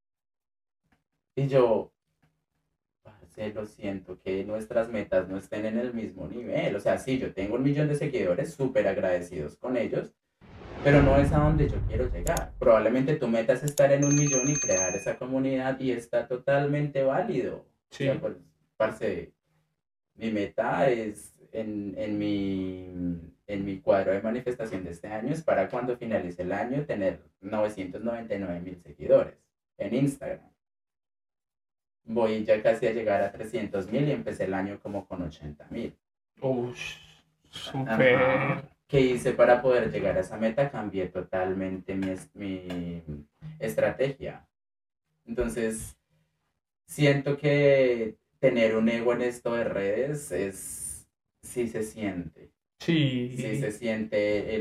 S3: Y yo, parce, lo siento, que nuestras metas no estén en el mismo nivel. O sea, sí, yo tengo 1 millón de seguidores, súper agradecidos con ellos, pero no es a donde yo quiero llegar. Probablemente tu meta es estar en 1 millón y crear esa comunidad y está totalmente válido.
S1: Sí.
S3: O sea, pues, parce, mi meta es en mi cuadro de manifestación de este año es para cuando finalice el año tener 999,000 seguidores en Instagram. Voy ya casi a llegar a 300,000 y empecé el año como con 80,000.
S1: Ush, súper.
S3: ¿Qué hice para poder llegar a esa meta? Cambié totalmente mi estrategia. Entonces, siento que tener un ego en esto de redes sí se siente.
S1: Sí.
S3: Sí se siente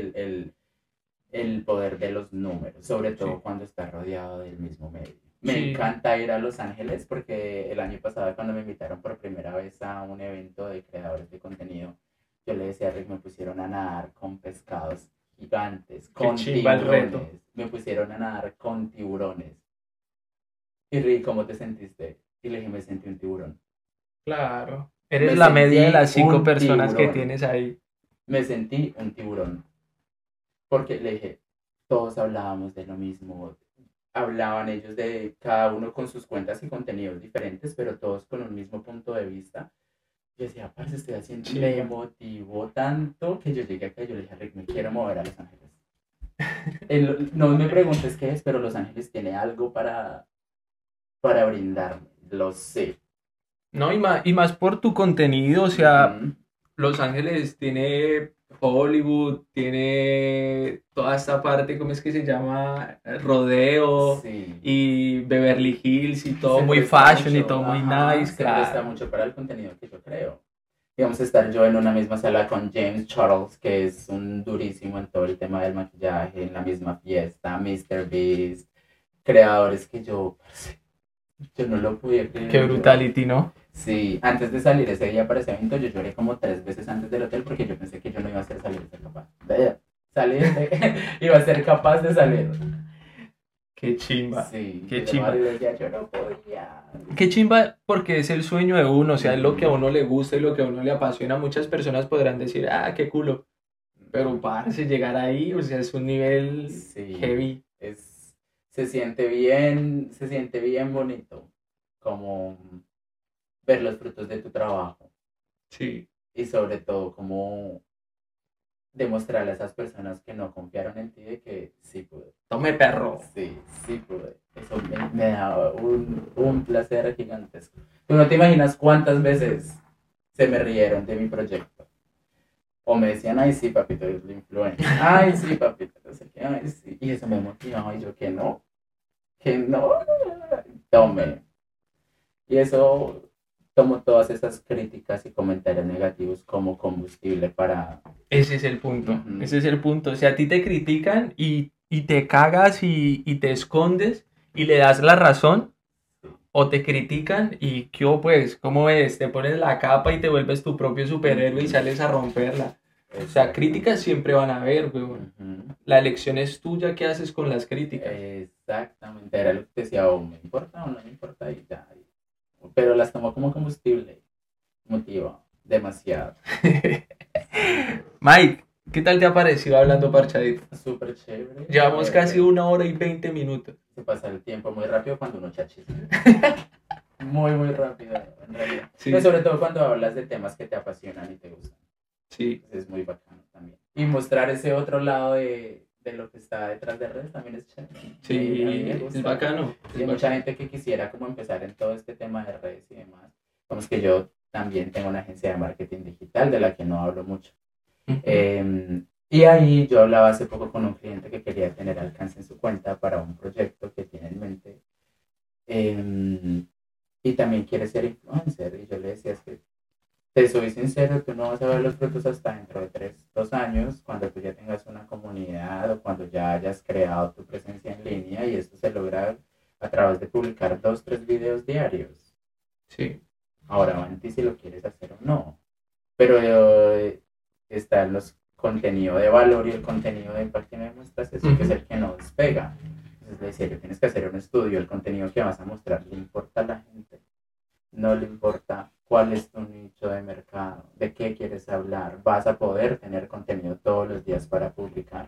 S3: el poder de los números, sobre todo
S1: Sí.
S3: cuando estás rodeado del mismo medio. Me
S1: Sí.
S3: encanta ir a Los Ángeles porque el año pasado cuando me invitaron por primera vez a un evento de creadores de contenido, yo le decía a Rick, me pusieron a nadar con pescados gigantes, con
S1: chimba el reto.
S3: tiburones. Me pusieron a nadar con tiburones. Y Rick, ¿cómo te sentiste? Y le dije, me sentí un tiburón.
S1: Claro. Eres
S3: Me
S1: la media de
S3: sentí
S1: las 5
S3: un
S1: personas que
S3: tiburón.
S1: tienes ahí.
S3: Me sentí un tiburón. Porque le dije, todos hablábamos de lo mismo. Hablaban ellos de cada uno con sus cuentas y contenidos diferentes, pero todos con un mismo punto de vista. Yo decía, parce, estoy haciendo.
S1: Sí.
S3: Me motivó tanto que yo llegué acá y yo le dije a Rick, me quiero mover a Los Ángeles. No me preguntes qué es, pero Los Ángeles tiene algo para brindarme. Lo sé.
S1: No, y más por tu contenido, o sea,
S3: Ujú.
S1: Los Ángeles tiene Hollywood, tiene toda esta parte, ¿cómo es que se llama? Rodeo
S3: Sí.
S1: y Beverly Hills y todo
S3: Se
S1: muy
S3: presta
S1: fashion y
S3: mucho,
S1: todo muy
S3: ajá,
S1: nice,
S3: se presta
S1: claro.
S3: mucho para el contenido que yo creo. Digamos, estar yo en una misma sala con James Charles, que es un durísimo en todo el tema del maquillaje, en la misma fiesta, Mr. Beast, creadores que yo no lo podía creer.
S1: Qué brutality, ¿no?
S3: Sí, antes de salir ese día para ese evento, yo lloré como 3 veces antes del hotel porque yo pensé que yo no iba a ser capaz. Iba a ser capaz de salir.
S1: Qué chimba.
S3: Sí,
S1: Qué
S3: yo
S1: chimba.
S3: decía, yo no podía.
S1: Qué chimba porque es el sueño de uno, o sea, es lo que a uno le gusta y lo que a uno le apasiona. Muchas personas podrán decir, ah, qué culo. Pero parce, llegar ahí, o sea, es un nivel
S3: Sí,
S1: heavy.
S3: se siente bien bonito, como ver los frutos de tu trabajo
S1: Sí.
S3: y sobre todo como demostrarle a esas personas que no confiaron en ti de que sí pude.
S1: Tome perro.
S3: Sí pude. Eso me da un placer gigantesco. Tú no te imaginas cuántas veces se me rieron de mi proyecto. O me decían, ay, sí, papito, es la influencia. Ay, sí, papito, no sé qué, ay, sí. Y eso me motivaba y yo, que no, tome. Y eso, tomo todas esas críticas y comentarios negativos como combustible para...
S1: Ese es el punto,
S3: Ujú.
S1: ese es el punto. O sea, a ti te critican y te cagas y te escondes y le das la razón, o te critican y ¿qué hubo, pues? ¿Cómo ves? Te pones la capa y te vuelves tu propio superhéroe y sales a romperla. O sea, críticas siempre van a haber, weón.
S3: Ujú.
S1: La elección es tuya, ¿qué haces con las críticas?
S3: Exactamente, era lo que te decía, o me importa o no me importa y ya. Pero las tomo como combustible, motiva demasiado.
S1: Mike, ¿qué tal te ha parecido hablando parchadito?
S3: Súper chévere.
S1: Llevamos casi 1 hora y 20 minutos.
S3: Se pasa el tiempo muy rápido cuando uno chachisea. Muy rápido, en realidad.
S1: Sí.
S3: Pero sobre todo cuando hablas de temas que te apasionan y te gustan.
S1: Sí,
S3: Entonces es muy bacano también. Y mostrar ese otro lado de lo que está detrás de redes también es chévere. A mí me
S1: sí, es
S3: gusta.
S1: bacano.
S3: Y
S1: Es
S3: hay mucha
S1: bacano.
S3: gente que quisiera como empezar en todo este tema de redes y demás. Vamos que yo también tengo una agencia de marketing digital de la que no hablo mucho.
S1: Ujú.
S3: Y ahí yo hablaba hace poco con un cliente que quería tener alcance en su cuenta para un proyecto que tiene en mente. Y también quiere ser influencer. Y yo le decía, es que te soy sincero, tú no vas a ver los frutos hasta dentro de 2 años, cuando tú ya tengas una comunidad o cuando ya hayas creado tu presencia en línea, y esto se logra a través de publicar 2, 3 videos diarios.
S1: Sí.
S3: Ahora va en ti si lo quieres hacer o no. Pero está los contenido de valor y el contenido de impacto que me muestras eso, que es el que no despega. Entonces le decía, yo tienes que hacer un estudio, el contenido que vas a mostrar le importa a la gente, no le importa cuál es tu nicho de mercado, de qué quieres hablar, vas a poder tener contenido todos los días para publicar.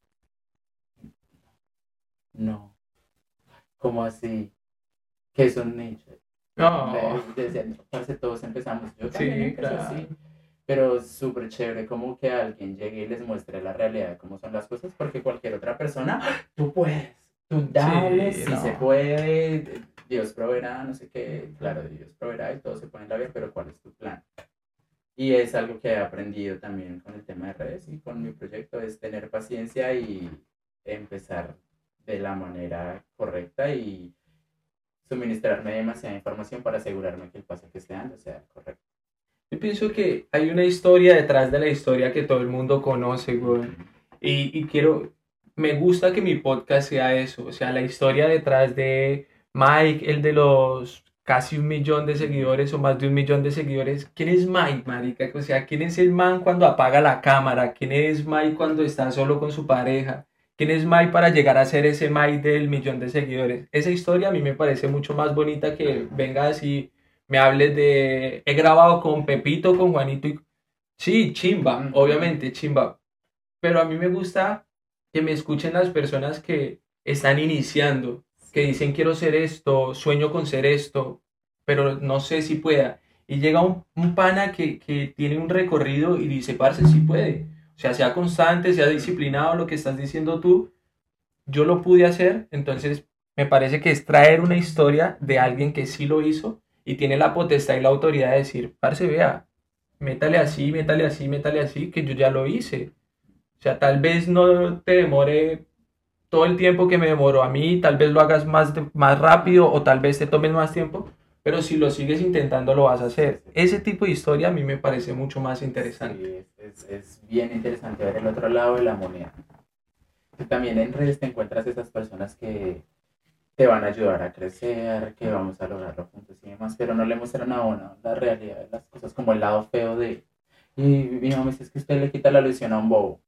S3: No, ¿cómo así? ¿Qué es un nicho?
S1: No,
S3: Desde entonces todos empezamos, yo también
S1: sí,
S3: empecé así,
S1: claro.
S3: pero súper chévere como que alguien llegue y les muestre la realidad de cómo son las cosas, porque cualquier otra persona, tú puedes, tú dale,
S1: Sí,
S3: si se
S1: no.
S3: puede, Dios proveerá, no sé qué, claro, Dios proveerá y todo se puede en la vida, pero ¿cuál es tu plan? Y es algo que he aprendido también con el tema de redes y con mi proyecto, es tener paciencia y empezar de la manera correcta y suministrarme demasiada información para asegurarme que el paso que esté dando sea correcto.
S1: Yo pienso que hay una historia detrás de la historia que todo el mundo conoce, güey. Me gusta que mi podcast sea eso, o sea, la historia detrás de Mike, el de los casi 1 millón de seguidores o más de 1 millón de seguidores. ¿Quién es Mike, marica? O sea, ¿quién es el man cuando apaga la cámara? ¿Quién es Mike cuando está solo con su pareja? ¿Quién es Mike para llegar a ser ese Mike del 1 millón de seguidores? Esa historia a mí me parece mucho más bonita que venga así, me hables de, he grabado con Pepito, con Juanito y... Sí, chimba, obviamente, chimba. Pero a mí me gusta que me escuchen las personas que están iniciando, que dicen quiero ser esto, sueño con ser esto, pero no sé si pueda. Y llega un pana que tiene un recorrido y dice, parce, sí puede. O sea constante, sea disciplinado, lo que estás diciendo tú, yo lo pude hacer, entonces me parece que es traer una historia de alguien que sí lo hizo y tiene la potestad y la autoridad de decir, parce, vea, métale así, métale así, métale así, que yo ya lo hice. O sea, tal vez no te demore todo el tiempo que me demoró a mí, tal vez lo hagas más rápido o tal vez te tomes más tiempo, pero si lo sigues intentando lo vas a
S3: Sí,
S1: hacer.
S3: sí, sí.
S1: Ese tipo de historia a mí me parece mucho más interesante.
S3: Sí, es bien interesante ver el otro lado de la moneda. Y también en redes te encuentras esas personas que te van a ayudar a crecer, que vamos a lograrlo juntos y demás, pero no le muestran a uno la realidad de las cosas, como el lado feo de, y mi mamá dice, es que usted le quita la ilusión a un bobo.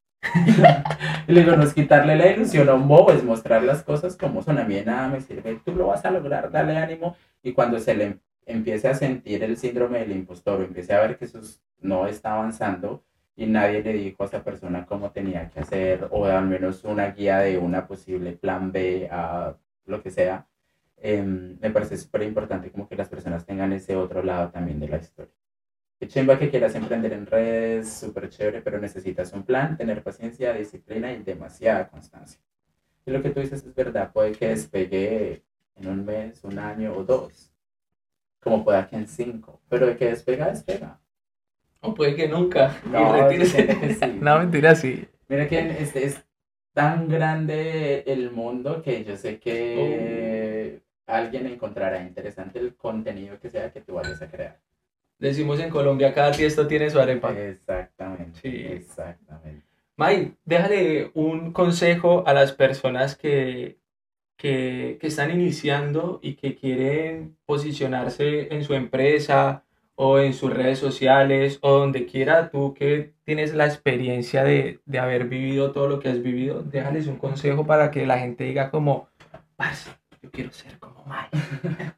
S3: Y le digo, no es quitarle la ilusión a un bobo, es mostrar las cosas como son. A mí de nada me sirve, tú lo vas a lograr, dale ánimo. Y cuando se le empiece a sentir el síndrome del impostor, o empiece a ver que eso no está avanzando y nadie le dijo a esa persona cómo tenía que hacer, o al menos una guía de una posible plan B a lo que sea, me parece súper importante como que las personas tengan ese otro lado también de la historia. Qué chimba que quieras emprender en redes, súper chévere, pero necesitas un plan, tener paciencia, disciplina y demasiada constancia. Y lo que tú dices es verdad, puede que despegue en un mes, un año o 2, como pueda que en 5, pero de que despega, despega.
S1: O puede que nunca y
S3: No, yo
S1: retírese.
S3: siento que sí.
S1: No, mentira, sí.
S3: Mira que este es tan grande el mundo que yo sé
S1: Oh.
S3: que alguien encontrará interesante el contenido que sea que tú vayas a crear.
S1: Decimos en Colombia, cada tiesto tiene su arepa.
S3: Exactamente,
S1: Sí.
S3: exactamente.
S1: May, déjale un consejo a las personas que están iniciando y que quieren posicionarse en su empresa o en sus redes sociales o donde quiera, tú que tienes la experiencia de haber vivido todo lo que has vivido, déjales un consejo para que la gente diga como, parce, yo quiero ser como May.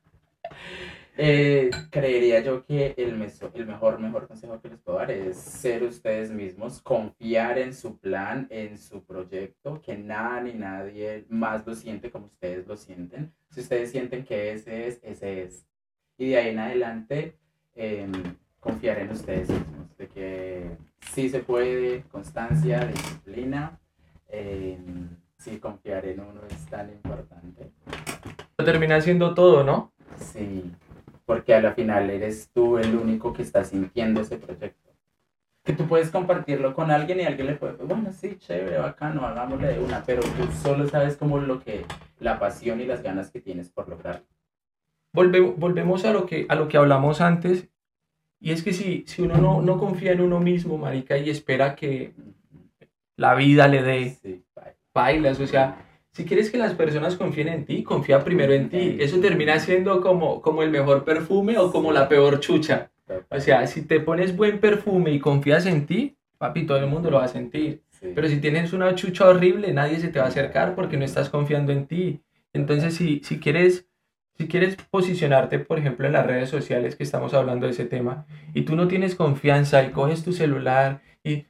S3: Creería yo que el mejor consejo que les puedo dar es ser ustedes mismos, confiar en su plan, en su proyecto, que nada ni nadie más lo siente como ustedes lo sienten. Si ustedes sienten que ese es, ese es. Y de ahí en adelante, confiar en ustedes mismos, de que sí se puede, constancia, disciplina, sí, confiar en uno es tan importante.
S1: Lo termina siendo todo, ¿no?
S3: Sí, porque a la final eres tú el único que está sintiendo ese proyecto. Que tú puedes compartirlo con alguien y alguien le puede, bueno, sí, chévere, bacano, hagámosle de una, pero tú solo sabes como la pasión y las ganas que tienes por lograrlo.
S1: Volvemos a lo que hablamos antes, y es que si uno no confía en uno mismo, marica, y espera que la vida le dé
S3: Sí,
S1: bailas, o sea, si quieres que las personas confíen en ti, confía primero en ti. Eso termina siendo como el mejor perfume o como la peor chucha. O sea, si te pones buen perfume y confías en ti, papi, todo el mundo lo va a sentir.
S3: sí.
S1: Pero si tienes una chucha horrible, nadie se te va a acercar porque no estás confiando en ti. Entonces, si quieres posicionarte, por ejemplo, en las redes sociales, que estamos hablando de ese tema, y tú no tienes confianza y coges tu celular y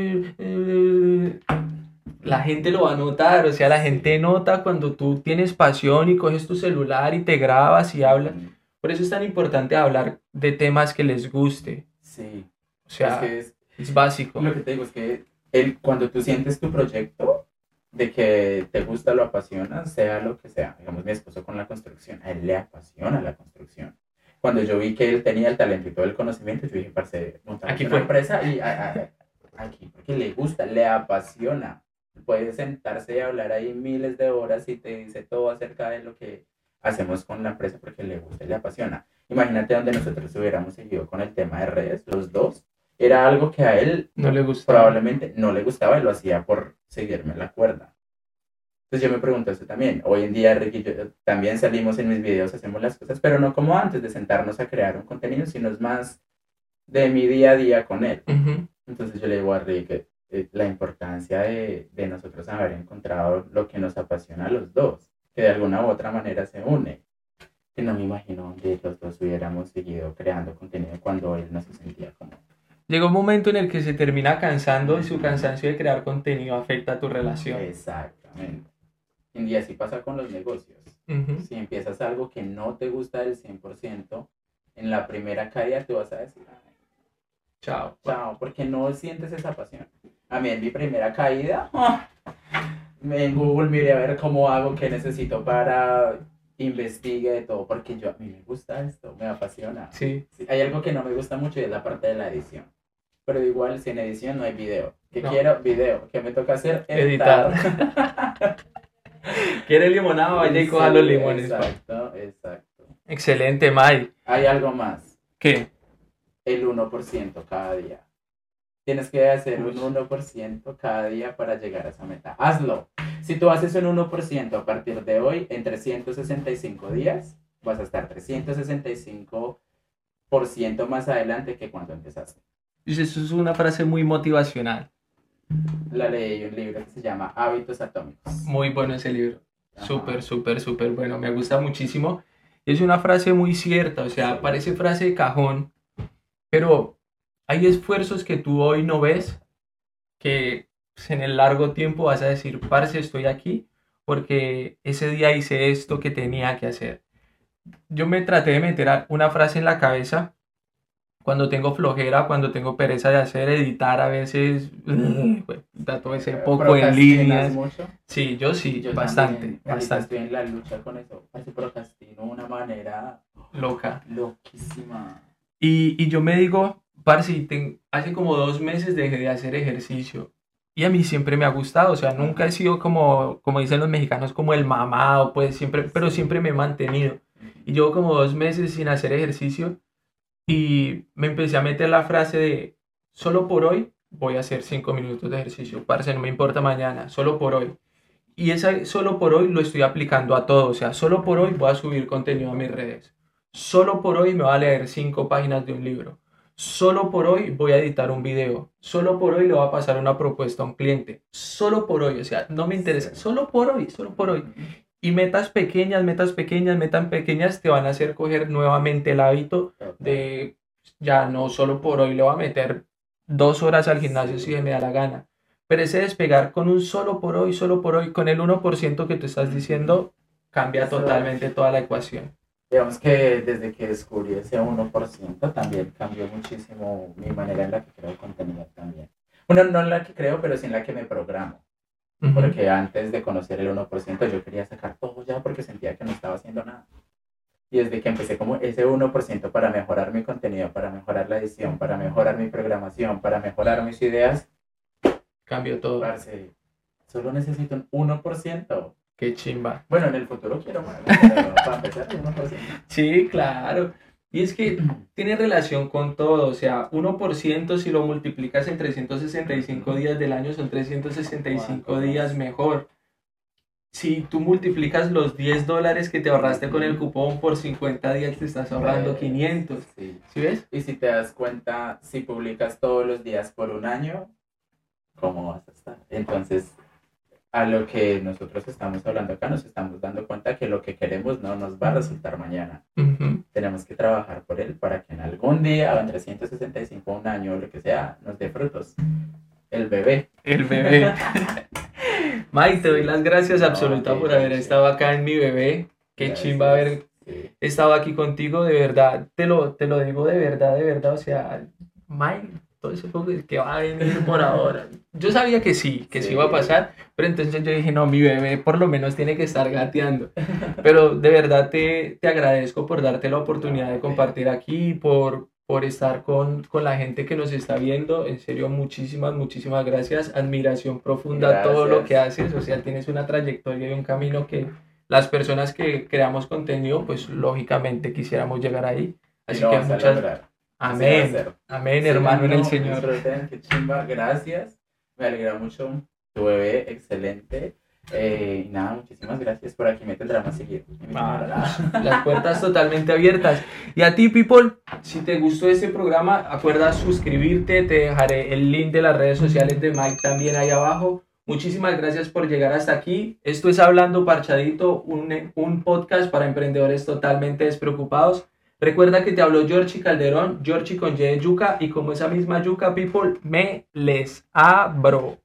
S1: la gente lo va a notar, o sea, la gente nota cuando tú tienes pasión y coges tu celular y te grabas y hablas. Por eso es tan importante hablar de temas que les guste.
S3: Sí.
S1: O sea, es básico.
S3: Lo que te digo es que cuando tú sientes tu proyecto, de que te gusta, lo apasiona, sea lo que sea. Digamos, mi esposo con la construcción, a él le apasiona la construcción. Cuando yo vi que él tenía el talento y todo el conocimiento, yo dije, parce, montamos una empresa y aquí, porque le gusta, le apasiona. Puede sentarse y hablar ahí miles de horas y te dice todo acerca de lo que hacemos con la empresa porque le gusta y le apasiona. Imagínate donde nosotros hubiéramos seguido con el tema de redes, los dos. Era algo que a él
S1: no le gustaba.
S3: Probablemente no le gustaba y lo hacía por seguirme la cuerda. Entonces yo me pregunto eso también. Hoy en día Ricky y yo también salimos en mis videos, hacemos las cosas, pero no como antes de sentarnos a crear un contenido, sino es más de mi día a día con él. Entonces yo le digo a Ricky la importancia de nosotros haber encontrado lo que nos apasiona a los dos, que de alguna u otra manera se une. Que no me imagino que los dos hubiéramos seguido creando contenido cuando él no se sentía como...
S1: Llega un momento en el que se termina cansando y su cansancio de crear contenido afecta a tu relación.
S3: Exactamente. Y así pasa con los negocios. Si empiezas algo que no te gusta del 100%, en la primera caída te vas a decir,
S1: chao,
S3: porque no sientes esa pasión. A mí en mi primera caída, en Google miré a ver cómo hago, qué necesito para investigue de todo, porque a mí me gusta esto, me apasiona.
S1: Sí.
S3: Hay algo que no me gusta mucho y es la parte de la edición. Pero igual, si en edición no hay video.
S1: No.
S3: Quiero video. ¿Qué me toca hacer? Editar.
S1: ¿Quiere limonada? Vaya y coja los limones.
S3: Exacto.
S1: Excelente, Mai.
S3: Hay algo más.
S1: ¿Qué?
S3: El 1% cada día. Tienes que hacer un 1% cada día para llegar a esa meta. Hazlo. Si tú haces un 1% a partir de hoy, en 365 días, vas a estar 365% más adelante que cuando empezaste.
S1: Eso es una frase muy motivacional.
S3: La leí en un libro que se llama Hábitos Atómicos.
S1: Muy bueno ese libro. Súper bueno. Me gusta muchísimo. Es una frase muy cierta. O sea, parece frase de cajón. Pero hay esfuerzos que tú hoy no ves que pues, en el largo tiempo vas a decir, parce, estoy aquí porque ese día hice esto que tenía que hacer. Yo me traté de meter una frase en la cabeza cuando tengo flojera, cuando tengo pereza de hacer, editar a veces, da todo ese poco en líneas.
S3: Mucho?
S1: Sí, yo bastante.
S3: Estoy en la lucha con eso. Procrastino de una manera loquísima.
S1: Y yo me digo, parce, hace como 2 meses dejé de hacer ejercicio. Y a mí siempre me ha gustado, o sea, nunca he sido como dicen los mexicanos, como el mamado, pues siempre, pero siempre me he mantenido. Y llevo como 2 meses sin hacer ejercicio y me empecé a meter la frase de, solo por hoy voy a hacer 5 minutos de ejercicio, parce, no me importa mañana, solo por hoy. Y esa solo por hoy lo estoy aplicando a todo, o sea, solo por hoy voy a subir contenido a mis redes. Solo por hoy me voy a leer 5 páginas de un libro. Solo por hoy voy a editar un video. Solo por hoy le voy a pasar una propuesta a un cliente. Solo por hoy, o sea, no me interesa. Solo por hoy. Y metas pequeñas te van a hacer coger nuevamente el hábito de ya no solo por hoy le voy a meter 2 horas al gimnasio si me da la gana. Pero ese despegar con un solo por hoy, con el 1% que tú estás diciendo, cambia totalmente toda la ecuación.
S3: Digamos que desde que descubrí ese 1% también cambió muchísimo mi manera en la que creo contenido también. Bueno, no en la que creo, pero sí en la que me programo. Porque antes de conocer el 1% yo quería sacar todo ya porque sentía que no estaba haciendo nada. Y desde que empecé como ese 1% para mejorar mi contenido, para mejorar la edición, para mejorar mi programación, para mejorar mis ideas,
S1: Cambió todo.
S3: parce, solo necesito un 1%.
S1: Qué chimba.
S3: Bueno, en el futuro quiero más, pero para empezar, el 1%.
S1: Sí, claro. Y es que tiene relación con todo, o sea, 1% si lo multiplicas en 365 días del año son 365 días mejor. Si tú multiplicas los $10 que te ahorraste con el cupón por 50 días, te estás ahorrando 500.
S3: Sí.
S1: ¿Sí ves?
S3: Y si te das cuenta, si publicas todos los días por un año, ¿cómo vas a estar? Entonces, a lo que nosotros estamos hablando acá, nos estamos dando cuenta que lo que queremos no nos va a resultar mañana. Tenemos que trabajar por él para que en algún día, o en 365, un año, o lo que sea, nos dé frutos. El bebé.
S1: El bebé. Mike, te doy las gracias absolutas por haber estado acá en mi bebé. Qué chimba haber estado aquí contigo, de verdad. Te lo digo de verdad. O sea, Mike, todo eso que va a venir por ahora. Yo sabía que sí iba a pasar, pero entonces yo dije, no, mi bebé por lo menos tiene que estar gateando. Pero de verdad te agradezco por darte la oportunidad de compartir aquí, por estar con la gente que nos está viendo. En serio, muchísimas gracias. Admiración profunda a todo lo que haces. O sea, tienes una trayectoria y un camino que las personas que creamos contenido, pues lógicamente quisiéramos llegar ahí. Así que muchas... Amén, hermano, en el Señor.
S3: Qué chimba, gracias. Me alegra mucho. Tu bebé, excelente. Y nada, muchísimas gracias. Por aquí me tendrán a seguir.
S1: Las puertas totalmente abiertas. Y a ti, people, si te gustó este programa, acuerda suscribirte. Te dejaré el link de las redes sociales de Mike también ahí abajo. Muchísimas gracias por llegar hasta aquí. Esto es Hablando Parchadito, un podcast para emprendedores totalmente despreocupados. Recuerda que te habló Georgie Calderón, Georgie con Y de yuca, y como esa misma yuca, people, me les abro.